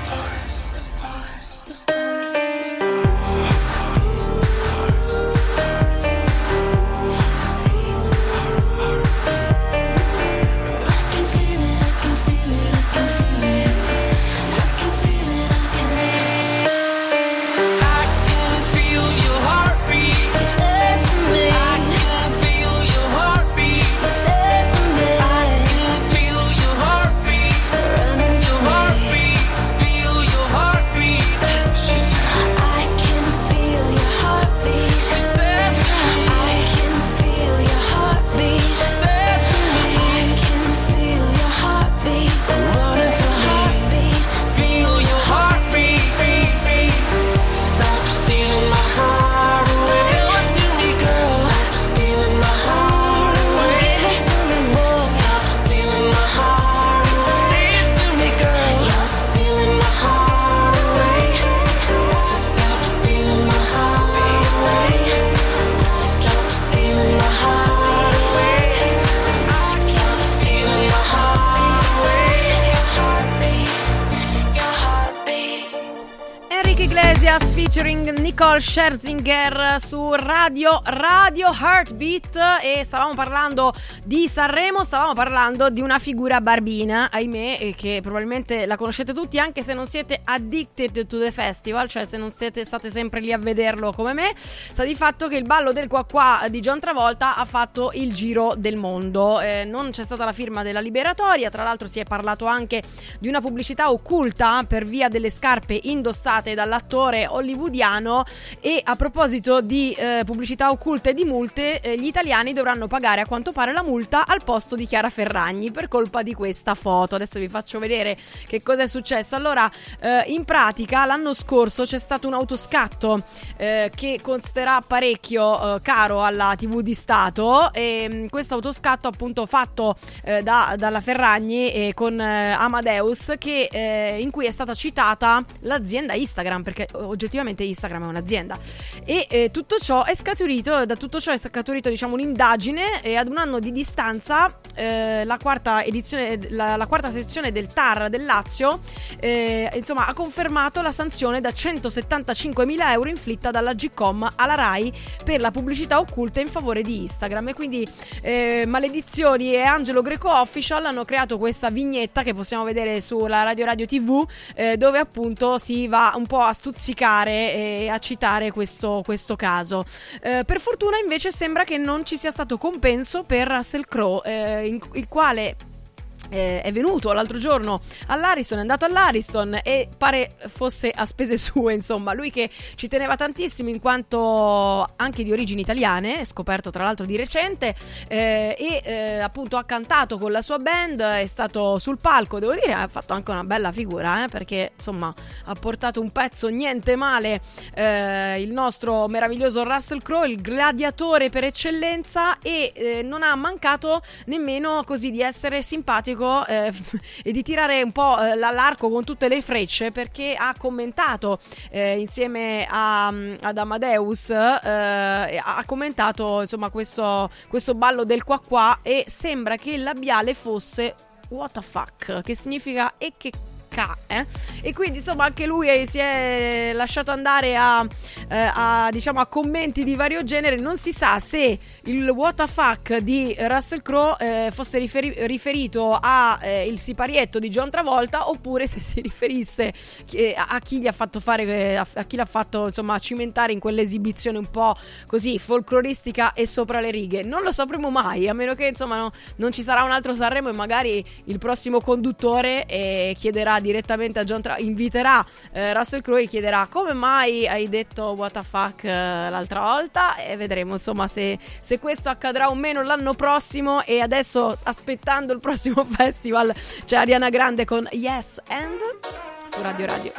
I can feel your heartbeat. He said to me, I can feel your heartbeat. he said to me, I can feel your heartbeat. running Your through me. heartbeat, feel your heartbeat. She said, I can feel your heartbeat. she said to me. I can feel your heartbeat. She said to me. I can feel your heartbeat. Running through me. Heartbeat. Feel your heartbeat. Stop stealing my heart away. Tell it to me, girl. Stop stealing my heart away. Give it to me more. Stop stealing my heart away. Say it to me, girl. You're stealing my heart away. Stop stealing my heart away. Stop stealing my heart away. Stop stealing my heart away. Your heartbeat, your heartbeat. Enrique Iglesias featuring Nicole Scherzinger su Radio Heartbeat. E stavamo parlando di Sanremo, stavamo parlando di una figura barbina, ahimè, che probabilmente la conoscete tutti, anche se non siete addicted to the festival, cioè se non state sempre lì a vederlo come me. Sta di fatto che il ballo del qua qua di John Travolta ha fatto il giro del mondo. Non c'è stata la firma della liberatoria, tra l'altro si è parlato anche di una pubblicità occulta per via delle scarpe indossate dall'attore hollywoodiano. E a proposito di pubblicità occulte e di multe, gli italiani dovranno pagare a quanto pare la multa al posto di Chiara Ferragni per colpa di questa foto. Adesso vi faccio vedere che cosa è successo. Allora, in pratica l'anno scorso c'è stato un autoscatto che costerà parecchio caro alla TV di Stato, e questo autoscatto appunto fatto dalla Ferragni con Amadeus, che in cui è stata citata l'azienda Instagram, perché oggettivamente Instagram è un'azienda. E tutto ciò è scaturito, da tutto ciò è scaturito, diciamo, un'indagine, e ad un anno di distanza la quarta edizione, la quarta sezione del TAR del Lazio insomma ha confermato la sanzione da 175.000 euro inflitta dalla Gcom alla Rai per la pubblicità occulta in favore di Instagram. E quindi Maledizioni e Angelo Greco Official hanno creato questa vignetta che possiamo vedere sulla Radio TV, dove appunto si va un po' a stuzzicare e a citare questo caso. Per fortuna invece sembra che non ci sia stato compenso per Russell Crowe, il quale è venuto l'altro giorno all'Ariston, è andato all'Ariston e pare fosse a spese sue, insomma. Lui che ci teneva tantissimo in quanto anche di origini italiane, scoperto tra l'altro di recente, e appunto ha cantato con la sua band, è stato sul palco, devo dire ha fatto anche una bella figura, perché insomma ha portato un pezzo niente male, il nostro meraviglioso Russell Crowe, il gladiatore per eccellenza, e non ha mancato nemmeno così di essere simpatico pubblico e di tirare un po' l'arco con tutte le frecce, perché ha commentato insieme ad Amadeus, ha commentato insomma questo ballo del qua qua, e sembra che il labiale fosse what the fuck, che significa e che e quindi insomma anche lui si è lasciato andare a diciamo a commenti di vario genere. Non si sa se il what the fuck di Russell Crowe fosse riferito a il siparietto di John Travolta, oppure se si riferisse a chi gli ha fatto fare, a chi l'ha fatto insomma cimentare in quell'esibizione un po' così folcloristica e sopra le righe. Non lo sapremo mai, a meno che insomma non ci sarà un altro Sanremo e magari il prossimo conduttore chiederà direttamente a inviterà Russell Crowe e chiederà: come mai hai detto what the fuck l'altra volta? E vedremo insomma se questo accadrà o meno l'anno prossimo. E adesso, aspettando il prossimo festival, c'è Ariana Grande con Yes and su Radio Radio.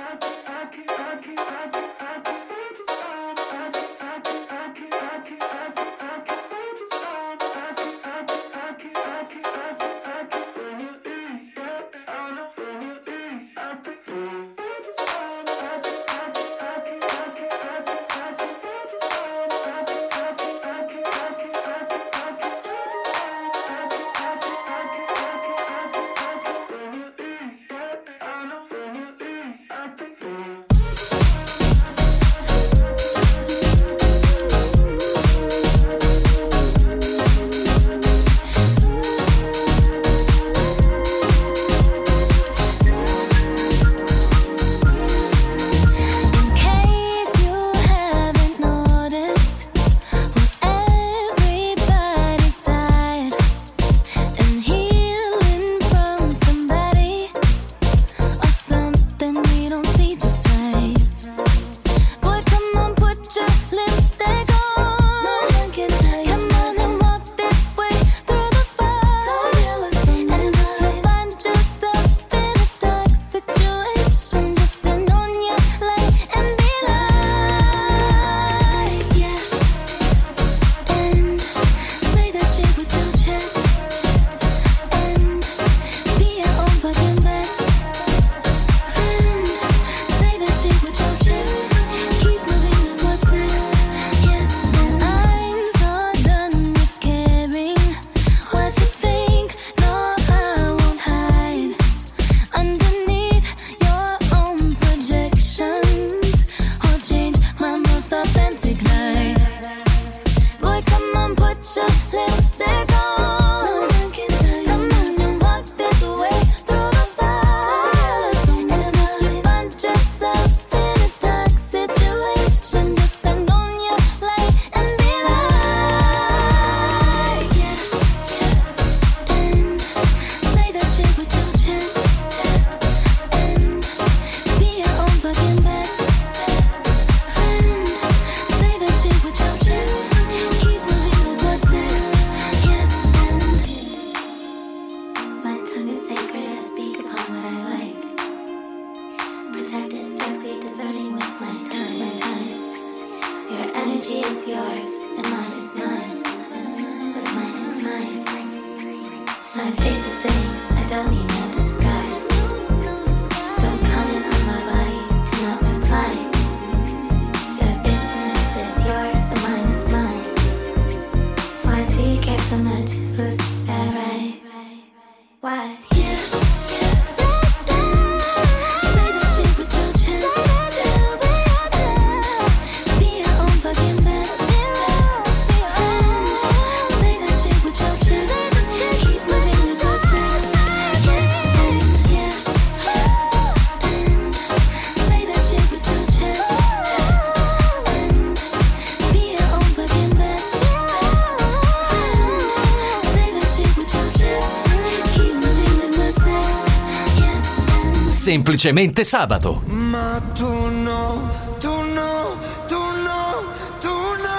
Semplicemente sabato. Ma tu no, tu no, tu no, tu no.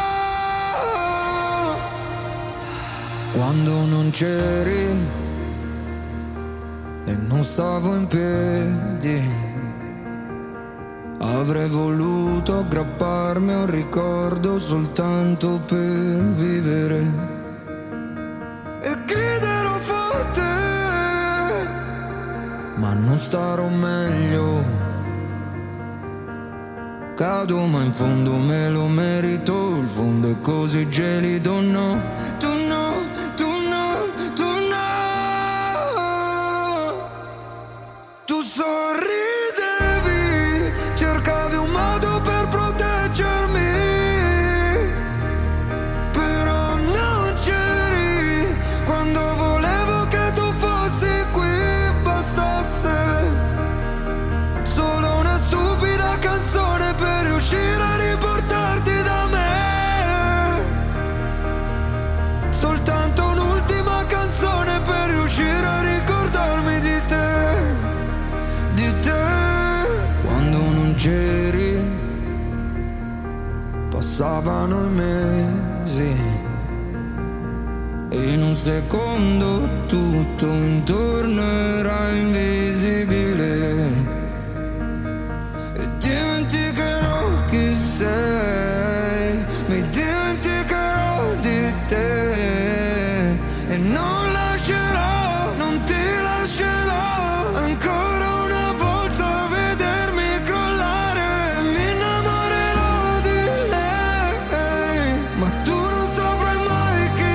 Quando non c'eri e non stavo in piedi, avrei voluto aggrapparmi a un ricordo soltanto per vivere. E griderò forte non starò meglio. Cado ma in fondo me lo merito, il fondo è così gelido, no, tu no, tu no, tu no. Tu sorridevi, cercavi un modo per proteggermi, però non c'eri quando volevo che tu fossi qui. Bastasse solo una stupida canzone per riuscire a riportarti da me, soltanto un'ultima canzone per riuscire a ricordarmi di te, di te. Quando non c'eri passavano i mesi e in un secondo tutto intorno era invisibile e dimenticherò chi sei, mi dimenticherò di te e non lascerò, non ti lascerò ancora una volta vedermi crollare. Mi innamorerò di lei, ma tu non saprai mai chi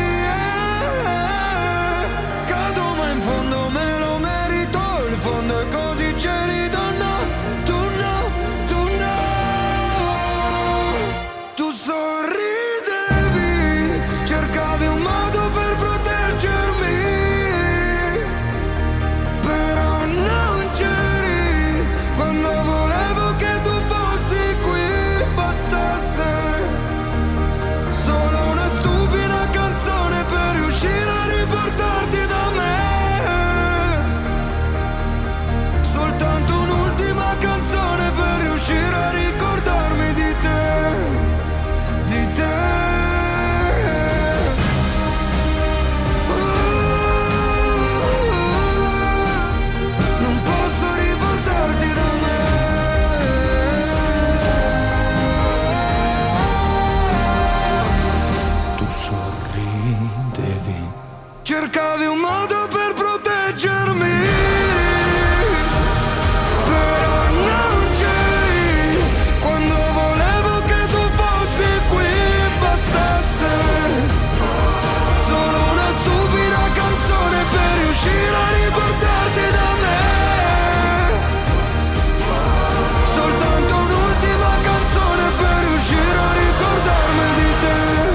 è. Cado ma in fondo me lo merito, il fondo è così gelido, no, tu no, tu no. Tu sorridevi, cercavi un modo per proteggermi, però non c'eri quando volevo che tu fossi qui. Bastasse solo una stupida canzone per riuscire a riportarti da me, soltanto un'ultima canzone per riuscire a ricordarmi di te, di te. Non posso riportarti da me. Tu sorridevi, cercavi un modo per proteggermi, però non c'eri quando volevo che tu fossi qui. Bastasse solo una stupida canzone per riuscire a riportarti da me, soltanto un'ultima canzone per riuscire a ricordarmi di te.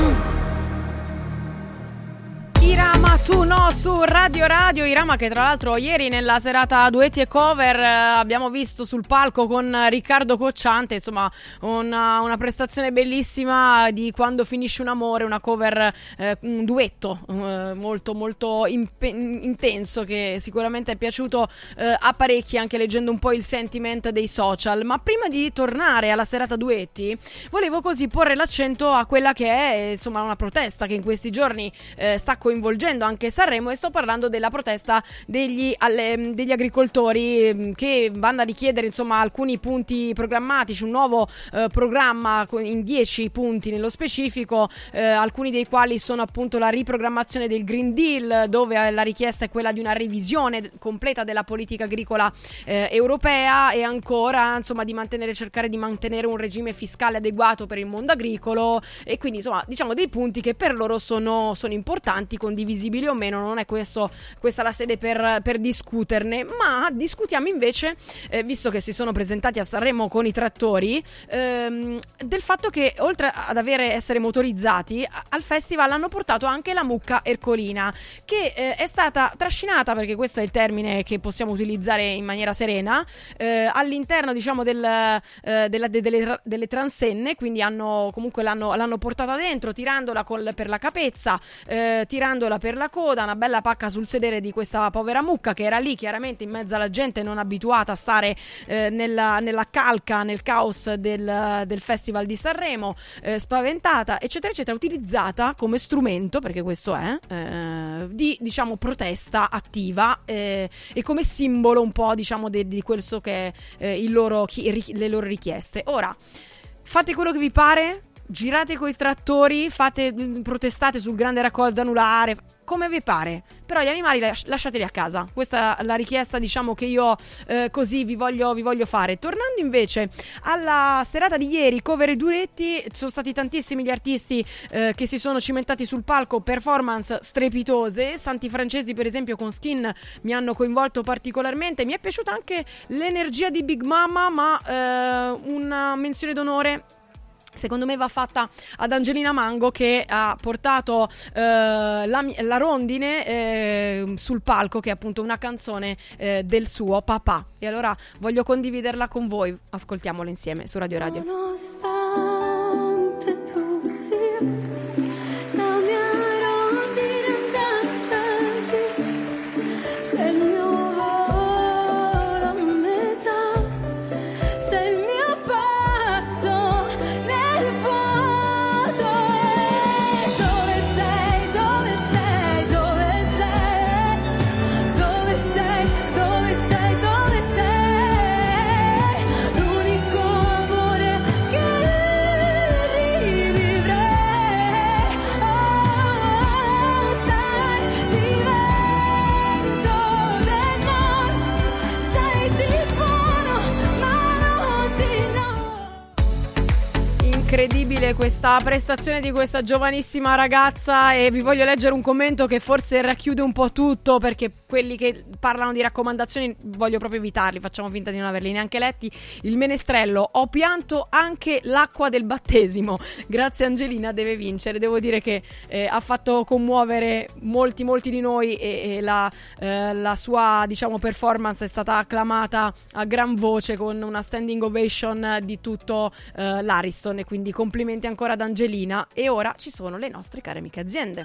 Irama, tu no, su Radio. Irama che tra l'altro ieri nella serata duetti e cover abbiamo visto sul palco con Riccardo Cocciante, insomma una prestazione bellissima di Quando finisce un amore, una cover, un duetto molto molto intenso che sicuramente è piaciuto a parecchi, anche leggendo un po' il sentiment dei social. Ma prima di tornare alla serata duetti volevo così porre l'accento a quella che è insomma una protesta che in questi giorni sta coinvolgendo anche Sanremo, e sto parlando della protesta degli agricoltori che vanno a richiedere insomma alcuni punti programmatici, un nuovo programma in 10 punti nello specifico, alcuni dei quali sono appunto la riprogrammazione del Green Deal, dove la richiesta è quella di una revisione completa della politica agricola europea, e ancora insomma cercare di mantenere un regime fiscale adeguato per il mondo agricolo, e quindi insomma diciamo dei punti che per loro sono importanti, condivisibili o meno. Non è questa la sede per discuterne, ma discutiamo invece, visto che si sono presentati a Sanremo con i trattori, del fatto che oltre ad essere motorizzati al festival hanno portato anche la mucca ercolina, che è stata trascinata, perché questo è il termine che possiamo utilizzare in maniera serena, all'interno diciamo delle transenne, quindi l'hanno portata dentro, tirandola per la capezza, tirandola per la coda, una bella pacca sul sedere di questa povera mucca che era lì chiaramente in mezzo alla gente, non abituata a stare nella calca, nel caos del Festival di Sanremo, spaventata eccetera eccetera, utilizzata come strumento, perché questo è di diciamo protesta attiva, e come simbolo un po' diciamo di questo che è le loro richieste. Ora fate quello che vi pare, girate coi trattori, protestate sul grande raccolto anulare, come vi pare, però gli animali lasciateli a casa. Questa è la richiesta, diciamo, che io così vi voglio fare. Tornando invece alla serata di ieri, cover e duetti, sono stati tantissimi gli artisti che si sono cimentati sul palco, performance strepitose. Santi Francesi per esempio con Skin mi hanno coinvolto particolarmente, mi è piaciuta anche l'energia di Big Mama, ma una menzione d'onore secondo me va fatta ad Angelina Mango, che ha portato la rondine sul palco, che è appunto una canzone del suo papà, e allora voglio condividerla con voi. Ascoltiamola insieme su Radio Radio. Nonostante tu sia la mia rondine andante, sei il mio volo a metà, sei il mio passo nel vuoto. Dove sei, dove sei, dove sei, dove sei, dove sei, dove sei, l'unico amore che rivivrei. Oh, sei divento del mare, sei di buono ma non di no. Incredibile questa prestazione di questa giovanissima ragazza, e vi voglio leggere un commento che forse racchiude un po' tutto, perché quelli che parlano di raccomandazioni voglio proprio evitarli, facciamo finta di non averli neanche letti. Il menestrello: ho pianto anche l'acqua del battesimo, grazie Angelina, deve vincere. Devo dire che ha fatto commuovere molti di noi, e la sua, diciamo, performance è stata acclamata a gran voce con una standing ovation di tutto l'Ariston, e quindi complimenti ancora ad Angelina. E ora ci sono le nostre care amiche aziende.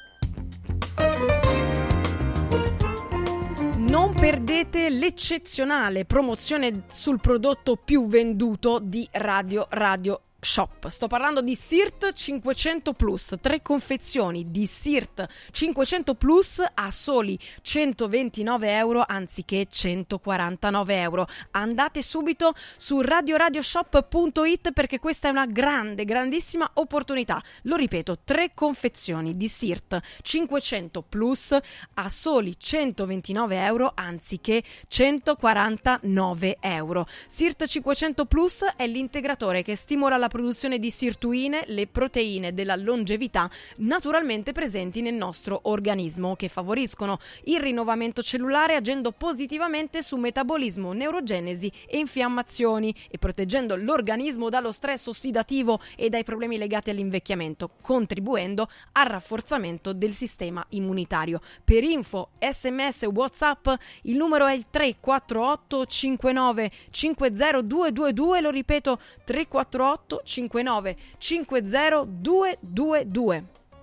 Non perdete l'eccezionale promozione sul prodotto più venduto di Radio Shop. Sto parlando di Sirt 500 Plus, 3 confezioni di Sirt 500 Plus a soli 129 euro anziché 149 euro. Andate subito su radioradioshop.it, perché questa è una grandissima opportunità. Lo ripeto, 3 confezioni di Sirt 500 Plus a soli 129 euro anziché 149 euro. Sirt 500 Plus è l'integratore che stimola la produzione di sirtuine, le proteine della longevità naturalmente presenti nel nostro organismo, che favoriscono il rinnovamento cellulare agendo positivamente su metabolismo, neurogenesi e infiammazioni, e proteggendo l'organismo dallo stress ossidativo e dai problemi legati all'invecchiamento, contribuendo al rafforzamento del sistema immunitario. Per info, SMS o WhatsApp il numero è il 348 59 50 222, lo ripeto, 348 59 50 222.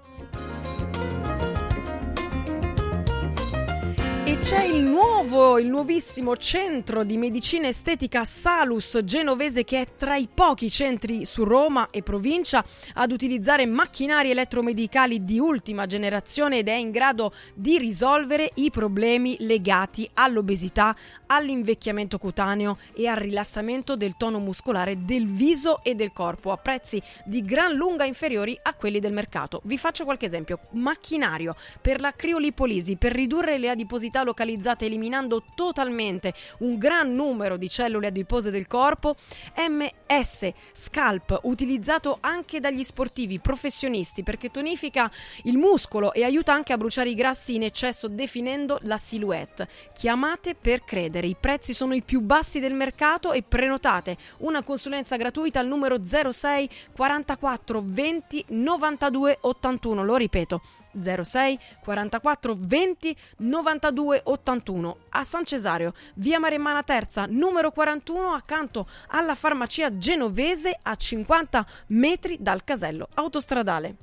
E c'è il nuovissimo centro di medicina estetica Salus Genovese, che è tra i pochi centri su Roma e provincia ad utilizzare macchinari elettromedicali di ultima generazione, ed è in grado di risolvere i problemi legati all'obesità, all'invecchiamento cutaneo e al rilassamento del tono muscolare del viso e del corpo, a prezzi di gran lunga inferiori a quelli del mercato. Vi faccio qualche esempio: macchinario per la criolipolisi, per ridurre le adiposità localizzate eliminando totalmente un gran numero di cellule adipose del corpo. MS Scalp, utilizzato anche dagli sportivi professionisti perché tonifica il muscolo e aiuta anche a bruciare i grassi in eccesso definendo la silhouette. Chiamate per credere, i prezzi sono i più bassi del mercato, e prenotate una consulenza gratuita al numero 06 44 20 92 81, lo ripeto 06 44 20 92 81, a San Cesario, via Maremmana Terza, numero 41, accanto alla farmacia Genovese, a 50 metri dal casello autostradale.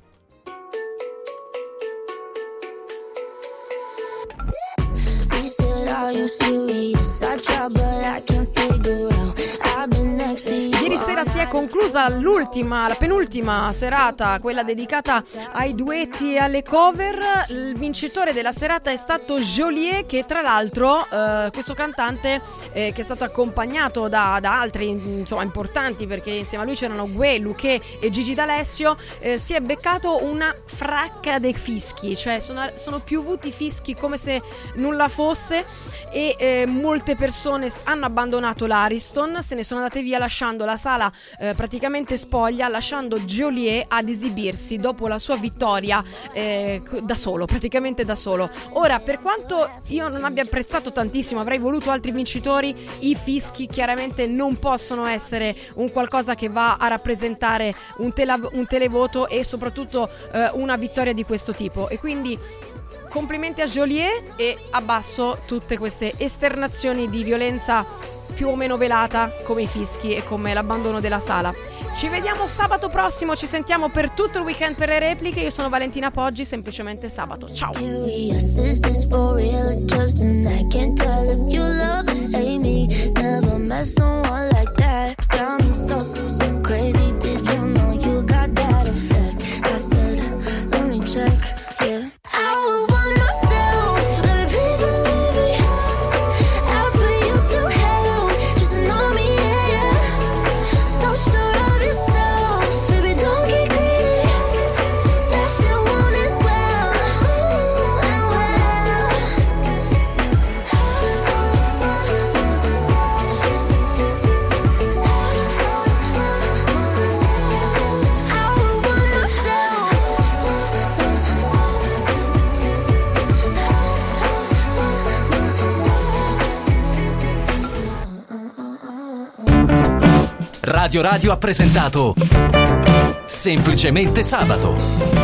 Are you serious? I try, but I can't figure out. I've been Ieri sera si è conclusa la penultima serata, quella dedicata ai duetti e alle cover. Il vincitore della serata è stato Geolier, che tra l'altro questo cantante che è stato accompagnato da altri insomma importanti, perché insieme a lui c'erano Gue, Luché e Gigi D'Alessio, si è beccato una fracca dei fischi, cioè sono piovuti fischi come se nulla fosse, e molte persone hanno abbandonato l'Ariston, se ne sono andate via lasciando la sala praticamente spoglia, lasciando Geolier ad esibirsi dopo la sua vittoria praticamente da solo. Ora, per quanto io non abbia apprezzato tantissimo, avrei voluto altri vincitori, i fischi chiaramente non possono essere un qualcosa che va a rappresentare un televoto e soprattutto una vittoria di questo tipo, e quindi complimenti a Geolier, e abbasso tutte queste esternazioni di violenza più o meno velata come i fischi e come l'abbandono della sala. Ci vediamo sabato prossimo, ci sentiamo per tutto il weekend per le repliche. Io sono Valentina Poggi, semplicemente sabato. Ciao. Radio ha presentato Semplicemente Sabato.